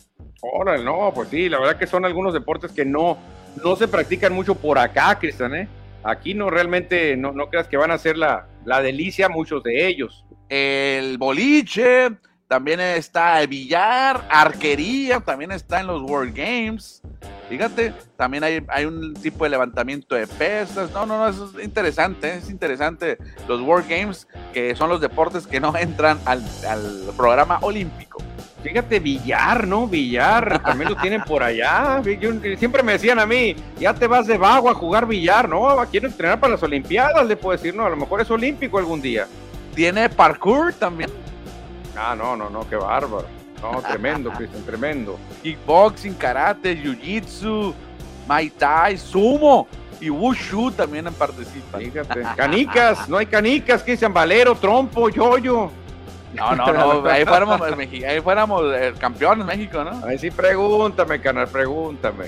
Speaker 2: Órale, no, pues sí, la verdad que son algunos deportes que no, no se practican mucho por acá, Cristian, ¿eh? Aquí no realmente, no, no creas que van a ser la, la delicia muchos de ellos.
Speaker 1: El boliche, también está el billar, arquería, también está en los World Games. Fíjate, también hay, hay un tipo de levantamiento de pesas. No, no, no, eso es interesante, es interesante. Los World Games, que son los deportes que no entran al, al programa olímpico.
Speaker 2: Fíjate, billar, ¿no? Billar, también lo tienen por allá. Yo, siempre me decían a mí, ya te vas de vago a jugar billar, ¿no? Quiero entrenar para las Olimpiadas, le puedo decir, no, a lo mejor es olímpico algún día.
Speaker 1: Tiene parkour también.
Speaker 2: Ah, no, no, no, qué bárbaro. No, tremendo, Cristian, tremendo.
Speaker 1: Kickboxing, karate, jiu-jitsu, muay thai, sumo y wushu también participan.
Speaker 2: Fíjate, canicas, no hay canicas, Cristian, valero, trompo, yoyo.
Speaker 1: No, no, no, ahí fuéramos, ahí fuéramos campeones México, ¿no?
Speaker 2: Ahí sí, pregúntame, canal, pregúntame.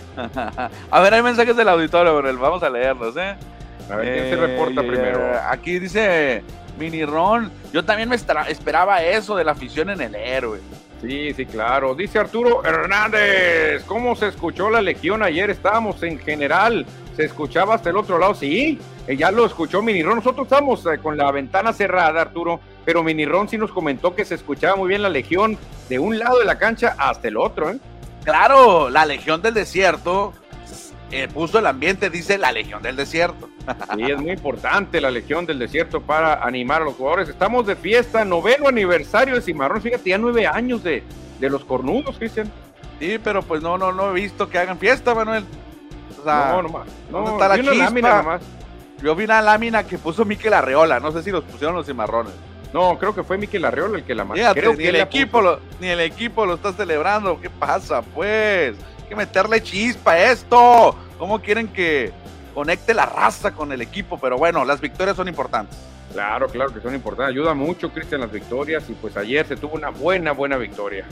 Speaker 1: A ver, hay mensajes del auditorio, pero vamos a leerlos, ¿eh?
Speaker 2: A ver, ¿quién eh, se reporta eh, primero?
Speaker 1: Aquí dice Mini Ron, yo también me esperaba eso de la afición en el héroe.
Speaker 2: Sí, sí, claro. Dice Arturo Hernández, ¿cómo se escuchó la Legión ayer? Estábamos en general, se escuchaba hasta el otro lado. Sí, ya lo escuchó Mini Ron. Nosotros estamos eh, con la ventana cerrada, Arturo, pero Mini Ron sí nos comentó que se escuchaba muy bien la Legión de un lado de la cancha hasta el otro, ¿eh?
Speaker 1: Claro, la Legión del Desierto eh, puso el ambiente, dice la Legión del Desierto.
Speaker 2: Sí, es muy importante la Legión del Desierto para animar a los jugadores. Estamos de fiesta, noveno aniversario de Cimarrón. Fíjate, ya nueve años de, de los cornudos, Cristian.
Speaker 1: Sí, pero pues no, no, no he visto que hagan fiesta, Manuel. O sea,
Speaker 2: no, nomás.
Speaker 1: ¿dónde
Speaker 2: No,
Speaker 1: está la
Speaker 2: vi una
Speaker 1: chispa?
Speaker 2: lámina nomás.
Speaker 1: Yo vi una lámina que puso Mikel Arreola, no sé si los pusieron los cimarrones.
Speaker 2: No, creo que fue Mikel Arreola el que la
Speaker 1: mandó. Ni el equipo lo, ni el equipo lo está celebrando. ¿Qué pasa, pues? Hay que meterle chispa a esto. ¿Cómo quieren que conecte la raza con el equipo? Pero bueno, las victorias son importantes.
Speaker 2: Claro, claro que son importantes. Ayuda mucho, Cristian, las victorias. Y pues ayer se tuvo una buena, buena victoria.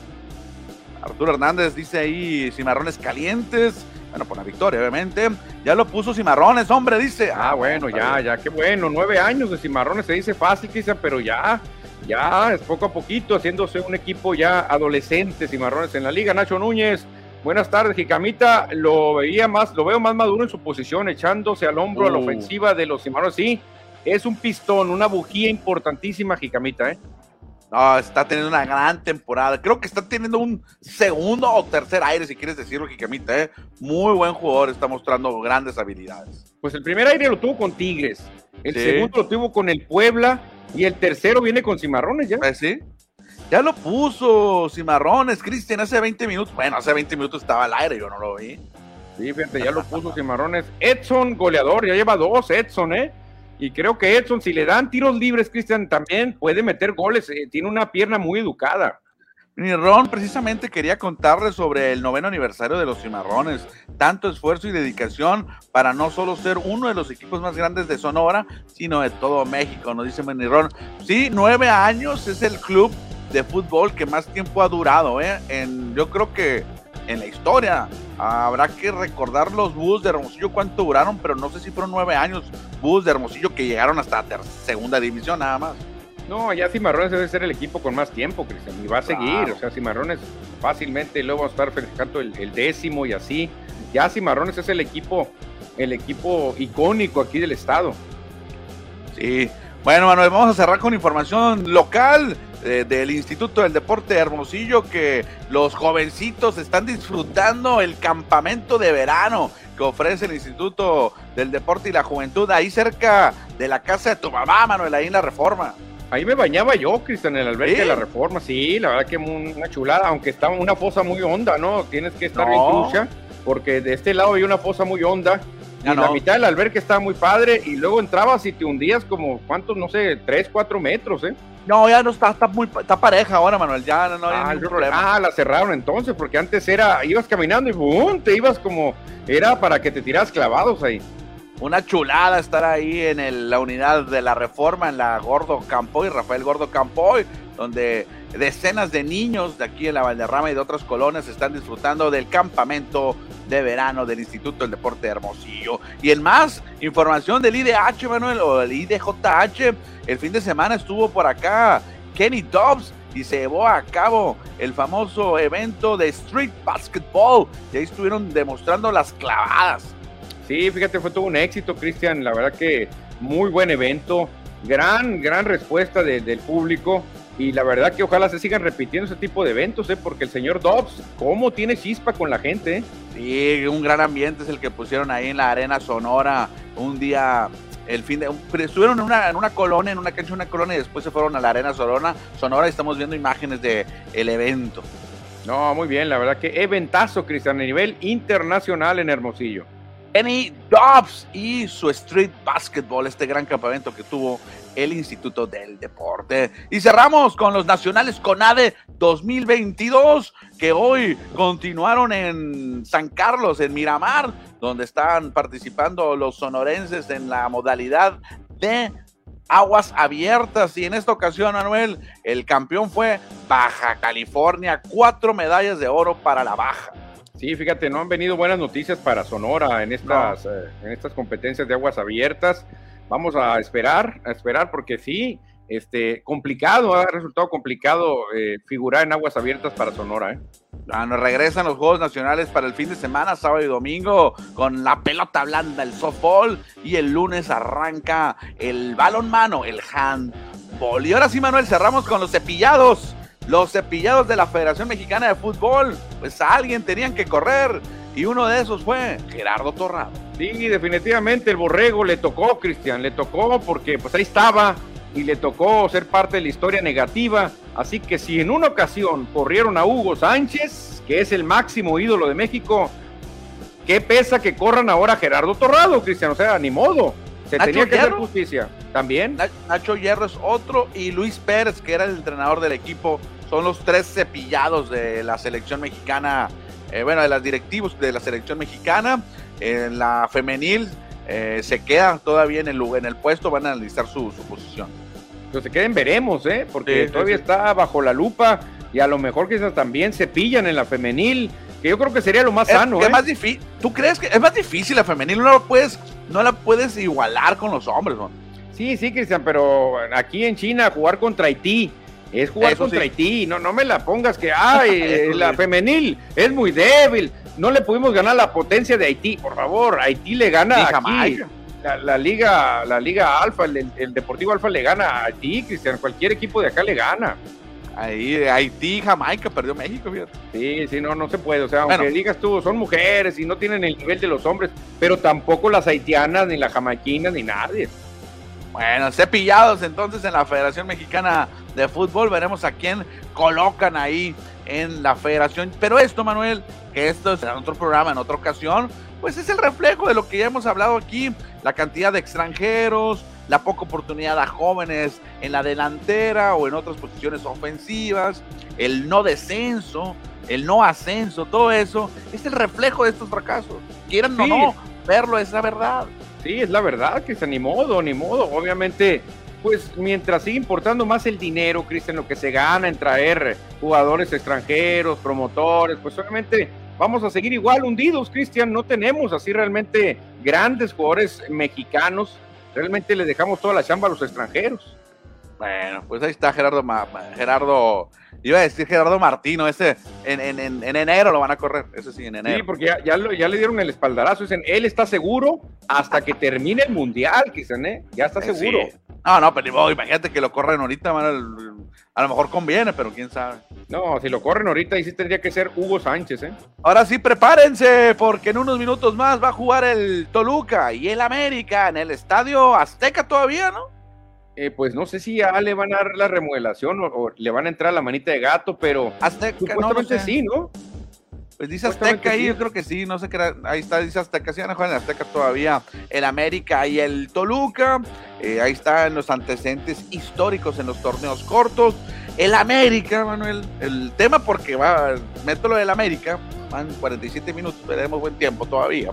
Speaker 1: Arturo Hernández dice ahí, cimarrones calientes. Bueno, por la victoria, obviamente. Ya lo puso Cimarrones, hombre, dice.
Speaker 2: Ah, bueno, ya, ya, qué bueno. Nueve años de Cimarrones, se dice fácil, quizá, pero ya, ya, es poco a poquito, haciéndose un equipo ya adolescente, Cimarrones en la liga. Nacho Núñez, buenas tardes, Jicamita. Lo veía más, lo veo más maduro en su posición, echándose al hombro uh. a la ofensiva de los Cimarrones. Sí, es un pistón, una bujía importantísima, Jicamita, ¿eh?
Speaker 1: No, está teniendo una gran temporada. Creo que está teniendo un segundo o tercer aire, si quieres decirlo, Jicamita, ¿eh? Muy buen jugador, está mostrando grandes habilidades.
Speaker 2: Pues el primer aire lo tuvo con Tigres, el sí. segundo lo tuvo con el Puebla y el tercero viene con Cimarrones ya.
Speaker 1: Pues sí, ya lo puso Cimarrones, Cristian, hace veinte minutos. Bueno, hace veinte minutos estaba al aire, yo no lo vi.
Speaker 2: Sí, fíjate, ya lo puso Cimarrones. Edson, goleador, ya lleva dos, Edson, ¿eh? Y creo que Edson, si le dan tiros libres, Cristian, también puede meter goles. Eh, tiene una pierna muy educada.
Speaker 1: Ni Ron, precisamente quería contarles sobre el noveno aniversario de los Cimarrones. Tanto esfuerzo y dedicación para no solo ser uno de los equipos más grandes de Sonora, sino de todo México, nos dice Menirón. Sí, nueve años es el club de fútbol que más tiempo ha durado, ¿eh? En, yo creo que en la historia Habrá que recordar los Búhos de Hermosillo cuánto duraron, pero no sé si fueron nueve años Búhos de Hermosillo que llegaron hasta la segunda división nada más.
Speaker 2: No, ya Cimarrones debe ser el equipo con más tiempo, Cristian, y va a seguir, claro. O sea, Cimarrones fácilmente luego va a estar festejando el, el décimo y así. Ya Cimarrones es el equipo, el equipo icónico aquí del estado.
Speaker 1: Sí, bueno, Manuel, vamos a cerrar con información local eh, del Instituto del Deporte de Hermosillo, que los jovencitos están disfrutando el campamento de verano que ofrece el Instituto del Deporte y la Juventud, ahí cerca de la casa de tu mamá, Manuel, ahí en la Reforma.
Speaker 2: Ahí me bañaba yo, Cristian, en el albergue ¿Sí? de la Reforma, sí, la verdad que una chulada, aunque está una fosa muy honda, ¿no? Tienes que estar no. en trucha, porque de este lado hay una fosa muy honda, y no. la mitad del albergue estaba muy padre, y luego entrabas y te hundías como, ¿cuántos? No sé, tres, cuatro metros, ¿eh?
Speaker 1: No, ya no está, está muy, está pareja ahora, Manuel, ya no, no hay ah, ningún problema.
Speaker 2: Ah, la cerraron entonces, porque antes era, ibas caminando y ¡bum! Te ibas como, era para que te tiras clavados ahí.
Speaker 1: Una chulada estar ahí en el, la unidad de la Reforma, en la Gordo Campoy, Rafael Gordo Campoy, donde decenas de niños de aquí en la Valderrama y de otras colonias están disfrutando del campamento de verano del Instituto del Deporte de Hermosillo. Y en más información del I D H, Manuel, o del I D J H, el fin de semana estuvo por acá Kenny Dobbs y se llevó a cabo el famoso evento de Street Basketball, y ahí estuvieron demostrando las clavadas.
Speaker 2: Sí, fíjate, fue todo un éxito, Cristian, la verdad que muy buen evento, gran, gran respuesta de, del público, y la verdad que ojalá se sigan repitiendo ese tipo de eventos, ¿eh? Porque el señor Dobbs, ¿cómo tiene chispa con la gente? ¿eh?
Speaker 1: Sí, un gran ambiente es el que pusieron ahí en la Arena Sonora, un día, el fin de, estuvieron en una, en una colonia, en una cancha, una colonia, y después se fueron a la Arena Sonora, Sonora y estamos viendo imágenes del evento.
Speaker 2: No, muy bien, la verdad que eventazo, Cristian, a nivel internacional en Hermosillo.
Speaker 1: Kenny Dobbs y su Street Basketball, este gran campamento que tuvo el Instituto del Deporte. Y cerramos con los nacionales CONADE dos mil veintidós, que hoy continuaron en San Carlos, en Miramar, donde están participando los sonorenses en la modalidad de aguas abiertas, y en esta ocasión, Manuel, el campeón fue Baja California, cuatro medallas de oro para la Baja.
Speaker 2: Sí, fíjate, no han venido buenas noticias para Sonora en estas, no. eh, en estas competencias de aguas abiertas. Vamos a esperar, a esperar porque sí, este, complicado, ha resultado complicado eh, figurar en aguas abiertas para Sonora. ¿eh?
Speaker 1: Ah, nos regresan los Juegos Nacionales para el fin de semana, sábado y domingo, con la pelota blanda, el softball, y el lunes arranca el balonmano, el handball. Y ahora sí, Manuel, cerramos con los cepillados. Los cepillados de la Federación Mexicana de Fútbol, pues a alguien tenían que correr, y uno de esos fue Gerardo Torrado.
Speaker 2: Sí, definitivamente el borrego le tocó, Cristian, le tocó porque pues ahí estaba, y le tocó ser parte de la historia negativa, así que si en una ocasión corrieron a Hugo Sánchez, que es el máximo ídolo de México, ¿qué pesa que corran ahora a Gerardo Torrado, Cristian? O sea, ni modo, se
Speaker 1: Nacho
Speaker 2: tenía que
Speaker 1: Hierro.
Speaker 2: hacer justicia. También
Speaker 1: Nacho Hierro es otro, y Luis Pérez, que era el entrenador del equipo, son los tres cepillados de la selección mexicana, eh, bueno, de los directivos de la selección mexicana. En la femenil eh, se queda todavía en el, en el puesto, van a analizar su, su posición.
Speaker 2: Pues se queden, veremos, ¿eh? porque
Speaker 1: sí,
Speaker 2: todavía
Speaker 1: sí.
Speaker 2: está bajo la lupa, y a lo mejor quizás también cepillan en la femenil, que yo creo que sería lo más
Speaker 1: es,
Speaker 2: sano.
Speaker 1: Es
Speaker 2: ¿eh?
Speaker 1: más difícil. ¿Tú crees que es más difícil la femenil? No la puedes, no la puedes igualar con los hombres, ¿no?
Speaker 2: Sí, sí, Cristian, pero aquí en China jugar contra Haití es jugar Eso contra sí. Haití, no, no me la pongas que ay, la sí. femenil es muy débil, no le pudimos ganar la potencia de Haití, por favor, Haití le gana sí, aquí, la, la liga, la liga Alfa, el, el Deportivo Alfa le gana a Haití, Cristian, cualquier equipo de acá le gana.
Speaker 1: Ahí, Haití, Jamaica, perdió México, fíjate.
Speaker 2: Sí, sí, no, no se puede, o sea, aunque bueno. digas tú, son mujeres y no tienen el nivel de los hombres, pero tampoco las haitianas, ni las jamaiquinas, ni nadie.
Speaker 1: Bueno, cepillados entonces en la Federación Mexicana de Fútbol, veremos a quién colocan ahí en la federación, pero esto, Manuel, que esto será en otro programa, en otra ocasión, pues es el reflejo de lo que ya hemos hablado aquí, la cantidad de extranjeros, la poca oportunidad a jóvenes en la delantera o en otras posiciones ofensivas, el no descenso, el no ascenso, todo eso es el reflejo de estos fracasos, quieran sí. o no verlo, es la verdad.
Speaker 2: Sí, es la verdad, Cristian, ni modo, ni modo, obviamente, pues mientras sigue importando más el dinero, Cristian, lo que se gana en traer jugadores extranjeros, promotores, pues obviamente vamos a seguir igual hundidos, Cristian. No tenemos así realmente grandes jugadores mexicanos. Realmente les dejamos toda la chamba a los extranjeros.
Speaker 1: Bueno, pues ahí está Gerardo, Ma Gerardo, iba a decir Gerardo Martino, ese en, en, en, en enero lo van a correr, ese sí, en enero.
Speaker 2: Sí, porque ya, ya, lo, ya le dieron el espaldarazo, dicen, él está seguro hasta que termine el Mundial, quizás, ¿eh? Ya está
Speaker 1: eh,
Speaker 2: seguro.
Speaker 1: Sí. No, no, pero imagínate que lo corren ahorita, man, a lo mejor conviene, pero quién sabe.
Speaker 2: No, si lo corren ahorita, ahí sí tendría que ser Hugo Sánchez, ¿eh?
Speaker 1: Ahora sí, prepárense, porque en unos minutos más va a jugar el Toluca y el América en el Estadio Azteca todavía, ¿no?
Speaker 2: Eh, pues no sé si ya le van a dar la remodelación o, o le van a entrar la manita de gato, pero
Speaker 1: Azteca,
Speaker 2: supuestamente
Speaker 1: no, no sé.
Speaker 2: sí, ¿no?
Speaker 1: Pues dice Azteca ahí, sí. Yo creo que sí, no sé qué era, ahí está, dice Azteca, sí van a jugar en Azteca todavía el América y el Toluca, eh, ahí están los antecedentes históricos en los torneos cortos, el América, Manuel, el tema porque va, meto lo del América, van cuarenta y siete minutos, veremos buen tiempo todavía,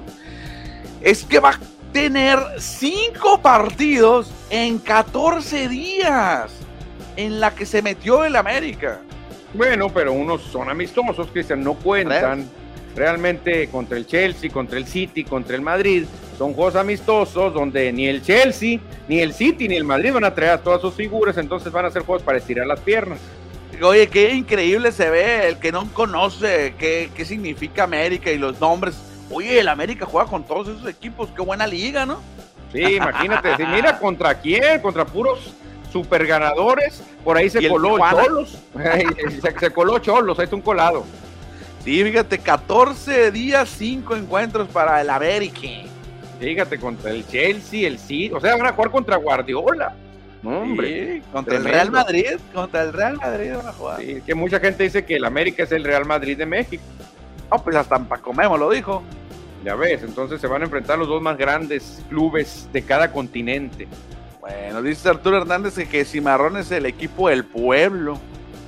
Speaker 1: es que va a tener cinco partidos en catorce días en la que se metió el América.
Speaker 2: Bueno, pero unos son amistosos, Cristian, no cuentan realmente contra el Chelsea, contra el City, contra el Madrid. Son juegos amistosos donde ni el Chelsea, ni el City, ni el Madrid van a traer a todas sus figuras, entonces van a ser juegos para estirar las piernas.
Speaker 1: Oye, qué increíble se ve, el que no conoce qué, qué significa América y los nombres. Oye, el América juega con todos esos equipos, qué buena liga, ¿no?
Speaker 2: Sí, imagínate, sí, mira, ¿contra quién? Contra puros super ganadores, por ahí se coló Cholos, se, se coló Cholos, ahí está un colado.
Speaker 1: Sí, fíjate, catorce días, cinco encuentros para el América.
Speaker 2: Fíjate, contra el Chelsea, el City, o sea, van a jugar contra Guardiola. No, hombre,
Speaker 1: sí, contra tremendo. El Real Madrid, contra el Real Madrid van a jugar.
Speaker 2: Sí, que mucha gente dice que el América es el Real Madrid de México.
Speaker 1: No, pues hasta Paco Memo lo dijo.
Speaker 2: Ya ves, entonces se van a enfrentar los dos más grandes clubes de cada continente.
Speaker 1: Bueno, dice Arturo Hernández que, que Cimarrón es el equipo del pueblo.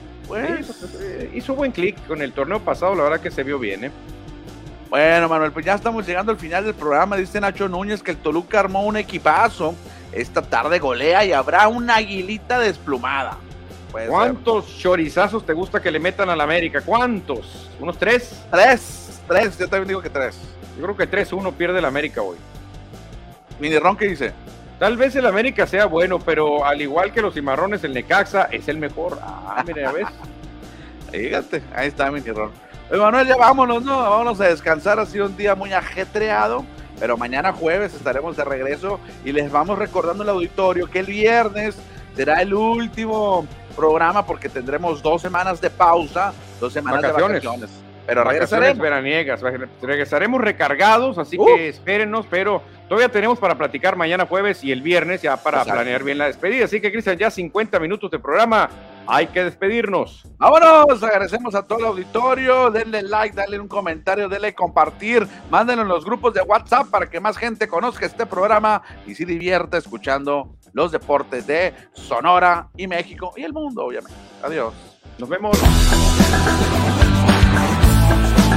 Speaker 2: Pues sí, hizo buen clic con el torneo pasado, la verdad que se vio bien, ¿eh?
Speaker 1: Bueno, Manuel, pues ya estamos llegando al final del programa. Dice Nacho Núñez que el Toluca armó un equipazo. Esta tarde golea y habrá una aguilita desplumada.
Speaker 2: Puede ¿Cuántos ser. chorizazos te gusta que le metan a la América? ¿Cuántos? ¿Unos tres?
Speaker 1: Tres, tres, yo también digo que tres.
Speaker 2: Yo creo que tres uno pierde la América hoy.
Speaker 1: Minirrón, ¿qué dice?
Speaker 2: Tal vez el América sea bueno, pero al igual que los Cimarrones, el Necaxa es el mejor. Ah, mira, ya ves.
Speaker 1: Fíjate, ahí está Minirrón. Pues Manuel, ya vámonos, ¿no? Vámonos a descansar, ha sido un día muy ajetreado, pero mañana jueves estaremos de regreso y les vamos recordando al auditorio que el viernes será el último programa porque tendremos dos semanas de pausa, dos semanas vacaciones. de vacaciones. Pero
Speaker 2: regresaremos veraniegas, regresaremos recargados, así uh. que espérennos, pero todavía tenemos para platicar mañana jueves y el viernes ya para Exacto. planear bien la despedida, así que Cristian, ya cincuenta minutos de programa, hay que despedirnos.
Speaker 1: Vámonos, agradecemos a todo el auditorio, denle like, denle un comentario, denle compartir, mándenlo en los grupos de WhatsApp para que más gente conozca este programa y se divierta escuchando los deportes de Sonora y México y el mundo, obviamente. Adiós.
Speaker 2: Nos vemos.